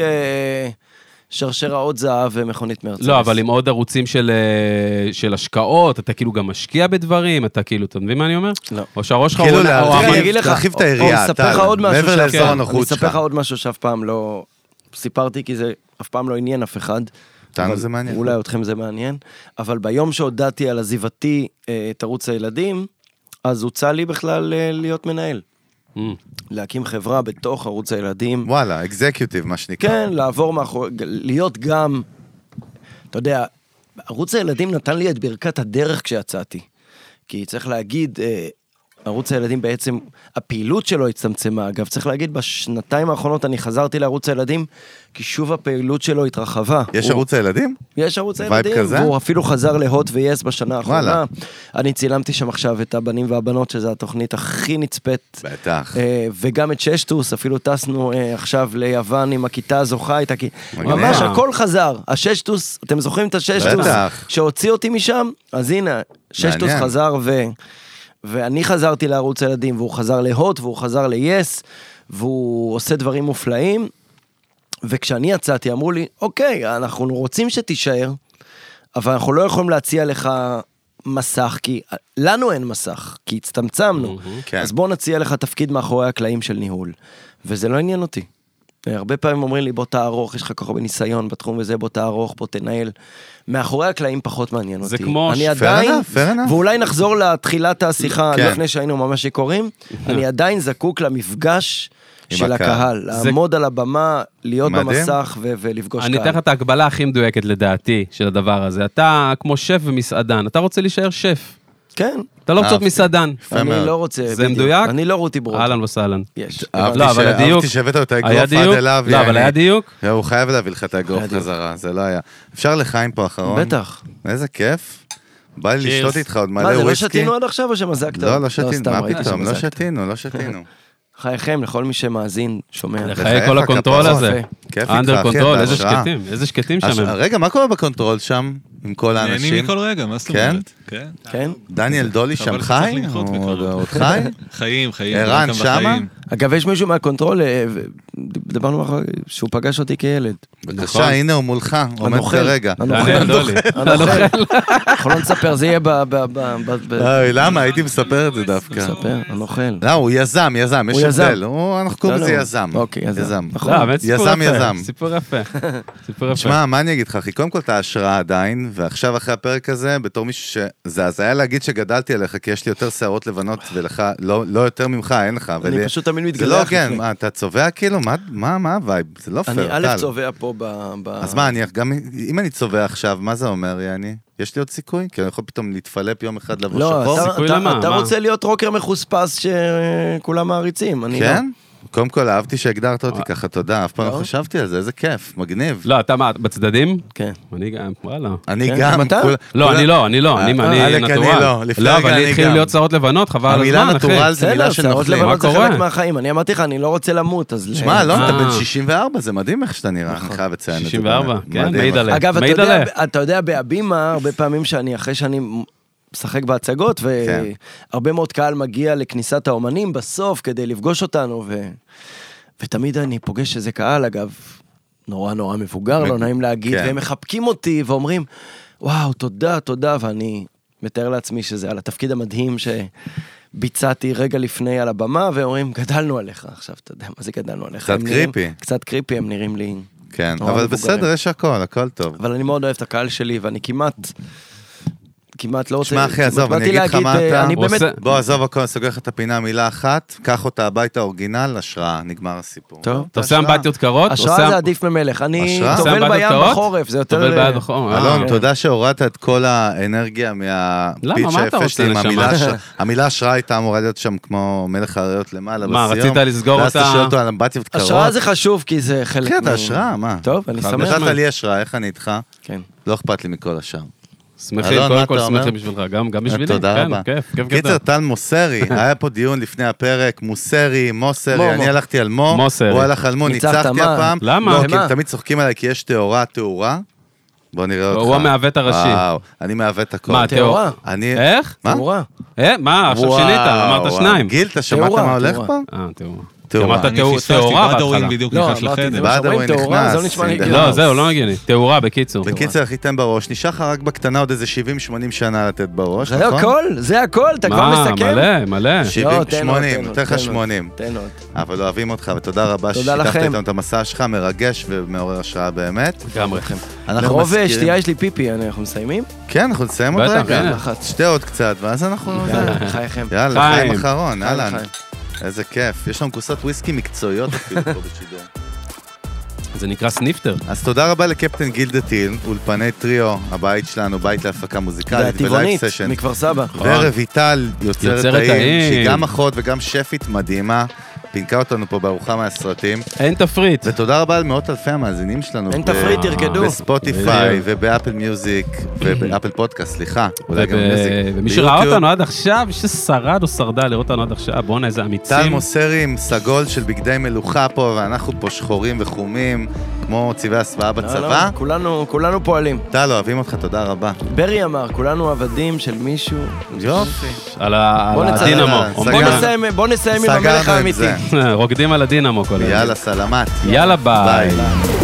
C: שרשראות זהב ומכונית מרצדס.
A: לא, אבל עם עוד ערוצים של השקעות, אתה כאילו גם משקיע בדברים, אתה כאילו, אתה מבין מה אני אומר?
C: לא.
A: או שהראש שלך...
B: כאילו
A: הוא-
C: תראה,
B: להרחיב-
C: אני אגיד לך,
B: להרחיב את
C: או
B: היריעה,
C: לספר לך
B: טל,
C: עוד משהו
B: מעבר
C: שאף-
B: לאזור
C: כן,
B: הנוחות
C: אני אספר
B: שלך.
C: לך עוד משהו שאף פעם לא סיפרתי, כי זה אף פעם לא עניין אף אחד.
B: אותנו
C: אבל
B: זה מעניין.
C: אולי אתכם זה מעניין. אבל ביום שהודעתי על עזיבתי את ערוץ הילדים, אז הוצע לי בכלל להיות מנהל. להקים חברה בתוך ערוץ הילדים.
B: וואלה, אקזקיוטיב, מה שנקרא.
C: כן, לעבור מאחורי, להיות גם, אתה יודע, ערוץ הילדים נתן לי את ברכת הדרך כשיצאתי. כי צריך להגיד, ערוץ הילדים בעצם, הפעילות שלו הצטמצמה. אגב, צריך להגיד, בשנתיים האחרונות אני חזרתי לערוץ הילדים, כי שוב הפעילות שלו התרחבה.
B: יש
C: הוא-
B: ערוץ הילדים?
C: יש ערוץ
B: וייב
C: הילדים,
B: כזה?
C: והוא אפילו חזר להוט ויס בשנה האחרונה.
B: וואלה.
C: אני צילמתי שם עכשיו את הבנים והבנות, שזו התוכנית הכי נצפית.
B: בטח.
C: וגם את ששטוס, אפילו טסנו עכשיו ליוון עם הכיתה הזוכה,
B: מגניב.
C: ממש הכל חזר. הששטוס, אתם זוכרים את הששטוס?
B: בטח.
C: שהוציא אותי משם? אז הנה, ששטוס
B: מעניין.
C: חזר ואני חזרתי לערוץ הילדים, והוא חזר להוט, והוא חזר ליס, והוא עושה דברים מופלאים. וכשאני יצאתי, אמרו לי, אוקיי, אנחנו רוצים שתישאר, אבל אנחנו לא יכולים להציע לך מסך, כי לנו אין מסך, כי הצטמצמנו.
B: כן.
C: אז בוא נציע לך תפקיד מאחורי הקלעים של ניהול. וזה לא עניין אותי. הרבה פעמים אומרים לי, בוא תערוך, יש לך כל כך הרבה ניסיון בתחום וזה, בוא תערוך, בוא תנהל. מאחורי הקלעים פחות מעניין
A: זה
C: אותי.
A: כמו...
C: אני עדיין,
B: fair enough.
C: ואולי נחזור לתחילת השיחה,
B: כן.
C: לפני שהיינו ממש שיכורים, אני עדיין זקוק למפגש של הקהל, לעמוד על הבמה, להיות
B: מדהים.
C: במסך ולפגוש
A: אני
C: קהל.
A: אתן לך את ההגבלה הכי מדויקת לדעתי של הדבר הזה. אתה כמו שף ומסעדן, אתה רוצה להישאר שף.
C: כן,
A: אתה לא רוצה מסעדן.
C: אני
B: מאוד.
C: לא רוצה...
A: זה
C: בדיוק.
A: מדויק?
C: אני לא רותי ברוד.
A: אהלן וסהלן.
C: יש.
B: אהבתי שהבאת לו את
A: היה
B: האגרוף
A: דיוק?
B: עד אליו.
A: לא, אבל היה דיוק?
B: הוא חייב להביא לך את האגרוף
C: היה דיוק.
B: חזרה, זה לא היה. אפשר לחיים פה אחרון?
C: בטח.
B: איזה כיף. בא לי לשתות איתך עוד מלא
C: מה,
B: וויסקי.
C: זה לא שתינו עד עכשיו או שמזקת?
B: לא שתינו,
C: סתם,
B: מה
C: ראיתי
B: פתאום, לא
C: שמזקת.
B: שתינו.
C: חייכם, לכל מי שמאזין, שומע.
A: לחיי כל הקונטרול
B: כפרות.
A: הזה.
B: כיף איתך,
A: אנדר
B: אחי,
A: קונטרול,
B: אתה
A: איזה
B: השראה.
A: שקטים, איזה שקטים שם הם.
B: רגע, מה קורה בקונטרול שם, עם כל האנשים?
D: נהנים מכל רגע, מה זאת
B: כן?
D: אומרת? כן.
C: כן?
B: דניאל דולי
D: חבל
B: שם
D: שצריך
B: חי?
D: לנחות
B: הוא
D: בקרוב.
B: עוד חי?
D: חיים.
B: ערן
D: גם
B: שמה?
D: בחיים.
C: אגב, יש מישהו מהקונטרול, דיברנו אחר, שהוא פגש אותי כילד.
B: בבקשה, הנה הוא מולך, עומד
C: הנוכל.
B: כרגע.
A: דניאל דולי.
C: אנחנו לא נספר, זה יהיה
B: למה? הייתי מספר את זה דווקא.
C: נספר, הנוכל.
B: לא, הוא יזם, יש
C: הוא יזם.
B: הבדל. אנחנו קוראים לזה יזם.
C: אוקיי, יזם. נכון.
A: לא, האמת סיפור
B: יזם,
A: יפה.
B: יזם.
A: סיפור יפה. סיפור יפה.
B: תשמע, מה אני אגיד לך, אחי? קודם כל אתה השראה עדיין, ועכשיו אחרי הפרק הזה, בתור מישהו זה היה להגיד שגדלתי עליך, כי יש לי יותר שערות לבנות, ולך, לא יותר ממך, אין לך.
C: אני פשוט תמיד
B: זה
C: מתגלח.
B: לא, כן, מה, אתה צובע כאילו? מה הווייב? זה לא
C: אני
B: פייר,
C: א'
B: טל.
C: צובע פה
B: אז מה, אם אני צובע עכשיו, מה זה אומר, יעני? יש לי עוד סיכוי? כי אני יכול פתאום להתפלפ יום אחד לבוא
C: לא,
B: שחור?
A: סיכוי למה?
C: אתה
A: מה?
C: רוצה להיות רוקר מחוספס שכולם מעריצים, אני לא.
B: כן? קודם כל, אהבתי שהגדרת אותי ככה, תודה, אף פעם לא
C: לא?
B: חשבתי על זה, איזה כיף, מגניב.
A: לא, אתה מה, בצדדים?
C: כן.
A: אני גם, וואלה.
B: אני
C: כן,
B: גם,
C: גם אתה?
A: לא, אני לא, אני
B: אלק, אני
A: נטורל.
B: לא, לפני
A: לא,
B: רגע
A: אבל
B: אני
A: לי התחילו
B: גם.
A: להיות שערות לבנות, חבל על
B: המילה
A: הזמן, אחי.
B: נטורל זה מילה
C: בסדר, שערות
B: שנפלים.
C: לבנות זה
A: קורה?
C: חלק מהחיים. אני אמרתי לך, אני לא רוצה למות, אז...
B: שמע, לא, אתה
A: אה.
B: בן 64, זה מדהים איך שאתה נראה, אני חייב לציין את זה.
A: 64,
B: באמת.
A: כן,
B: מדהים,
A: מעיד
B: אחי.
A: עליה.
C: אגב,
A: מעיד עליה.
C: אתה יודע, בהבימה, הרבה פעמים אחרי שאני משחק בהצגות,
B: כן.
C: והרבה מאוד קהל מגיע לכניסת האומנים בסוף, כדי לפגוש אותנו, ותמיד אני פוגש איזה קהל, אגב, נורא מבוגר, לא נעים להגיד,
B: כן.
C: והם מחבקים אותי ואומרים, וואו, תודה, ואני מתאר לעצמי שזה על התפקיד המדהים שביצעתי רגע לפני על הבמה, ואומרים, גדלנו עליך. עכשיו, אתה יודע, מה זה גדלנו עליך?
B: קצת
C: הם נראים-
B: קריפי.
C: קצת קריפי, הם נראים לי...
B: כן,
C: נורא
B: אבל
C: מבוגרים.
B: בסדר, יש הכל טוב.
C: אבל אני מאוד אוהב את הקהל שלי, ואני כמעט לא רוצה...
B: שמע, אחי, עזוב,
C: באתי
B: אני אגיד לך
C: להגיד,
B: מה אתה
C: אני באמת...
A: עושה-
B: בוא, עזוב הכל, אני סוגר לך את הפינה, מילה אחת, קח אותה הביתה אורגינל, השראה, נגמר הסיפור.
C: טוב.
A: אתה עושה אמבטיות קרות?
C: השראה זה עדיף ממלך. אני
B: השראה?
A: עושה
C: טובל
A: אמבטיות
C: בים
A: קרות?
C: בחורף, זה יותר...
A: טובל ביד בחורף.
B: אלון,
C: כן.
B: תודה שהורדת את כל האנרגיה מהפיץ'
A: למה? מה אתה
B: היפה שלי,
A: רוצה,
B: עם
A: נשמה?
B: המילה השראה הייתה אמורה להיות שם כמו מלך האריות למעלה
A: מה,
B: בסיום.
A: רצית לסגור
B: ואז
A: אותה?
B: אתה שואל אותו על אמבטיות קרות.
C: השראה זה חשוב, כי זה חלק...
B: כן, אתה השראה, מה?
C: טוב, אני
A: חד
C: שמח.
B: נתת לי השראה, איך אני איתך?
C: כן.
B: לא אכפת לי מכל השאר.
A: שמחים,
B: אלון,
A: קודם
B: מה
A: כל
B: אתה אומר?
A: שמחים בשבילך, גם בשבילי.
B: תודה
A: כן,
B: רבה.
A: כיף
B: קיצר,
A: גדול.
B: טל מוסרי, היה פה דיון לפני הפרק, מוסרי, מוסרי,
C: מו.
B: אני הלכתי על מו,
A: מוסרי.
B: הוא הלך על מו,
C: ניצחת,
B: ניצחתי
C: מה?
B: הפעם.
A: למה?
B: לא, כי
C: למה?
B: הם תמיד צוחקים עליי, כי יש תאורה. בוא נראה אותך.
A: הוא המעוות הראשי.
B: וואו, אני מעוות הכל.
A: מה,
C: תאורה.
B: אני...
A: איך?
B: מה?
C: תאורה.
A: מה, עכשיו שינית, אמרת שניים.
B: גיל, אתה שמעת
C: תאורה,
B: מה הולך
C: תאורה.
B: פה?
A: תאורה.
B: תאורה.
A: אמרת
D: אני פספסתי,
A: תאורה
D: בדאווין
A: בהתחלה.
D: בדיוק
C: לא,
D: נכנס
C: אמרתי,
D: לחדר.
C: זה מה
B: בדאווין
C: שאומרים תאורה,
B: נכנס,
C: זה לא נשמע לי
B: סינדר.
C: הגיוני.
A: לא, זהו, לא הגיוני. תאורה, בקיצור.
B: בקיצר, הכי תן בראש, נשאר לך רק בקטנה עוד איזה 70-80 שנה לתת בראש,
C: זה
B: נכון?
C: הכל, זה הכל, אתה כבר
A: מה,
C: מסכם?
A: מלא.
B: 70,
C: תן עוד,
B: 80,
C: תן עוד,
B: נותן לך
C: תן עוד.
B: 80.
C: תן עוד.
B: אבל אוהבים אותך, ותודה רבה
C: תודה
B: ששיתפת
C: לכם.
B: איתנו את המסע שלך, מרגש ומעורר השראה באמת.
A: לגמרי.
B: אנחנו
C: מרוב
B: מזכירים-
C: שתייה יש לי פיפי, אנחנו מסיימים?
B: כן, אנחנו נסיים עוד
A: בטח,
B: רגע.
A: הנה.
B: שתה עוד קצת, ואז אנחנו...
C: יאללה, חייכם.
B: יאללה,
A: חיים.
B: חיים אחרון,
C: חיים,
B: אהלן.
C: חיים.
B: איזה כיף. יש לנו כוסות וויסקי מקצועיות אפילו פה בשידור.
A: זה נקרא סניפטר.
B: אז תודה רבה לקפטן גילדה טיל, אולפני טריו, הבית שלנו, בית להפקה מוזיקלית ולייב
C: והטבעונית,
B: סשן.
C: מכפר סבא.
B: ורויטל, יוצרת
A: יוצרת
B: טעים,
A: טעים.
B: שהיא גם אחות וגם שפית מדהימה, פינקה אותנו פה בארוחה מהסרטים.
A: אין תפריט.
B: ותודה רבה על מאות אלפי המאזינים שלנו.
C: אין
B: ב-
C: תפריט, תרקדו.
B: בספוטיפיי
A: בדיוק.
B: ובאפל מיוזיק ובאפל פודקאסט, סליחה. אולי גם מיוזיק.
A: ומי שראה
B: ביוטיוב.
A: אותנו עד עכשיו, מי ששרד או שרדה לראות אותנו עד עכשיו, בואנה איזה
B: טל
A: אמיצים.
B: מוסרי עם סגול של בגדי מלוכה פה, ואנחנו פה שחורים וחומים, כמו צבעי הסוואה בצבא.
C: כולנו פועלים.
B: טל, אוהבים אותך, תודה רבה.
C: ברי אמר, כולנו עבדים של מישהו.
B: יופי.
A: על
C: בוא נצא-
A: הדינמו.
B: סגרנו.
A: עומדים-
C: בוא נסיים עם
B: סגרנו
C: המלך
B: עם
C: האמיתי.
B: זה.
A: רוקדים על הדינמו כל היום.
B: יאללה, סלמת.
A: יאללה ביי.
B: ביי.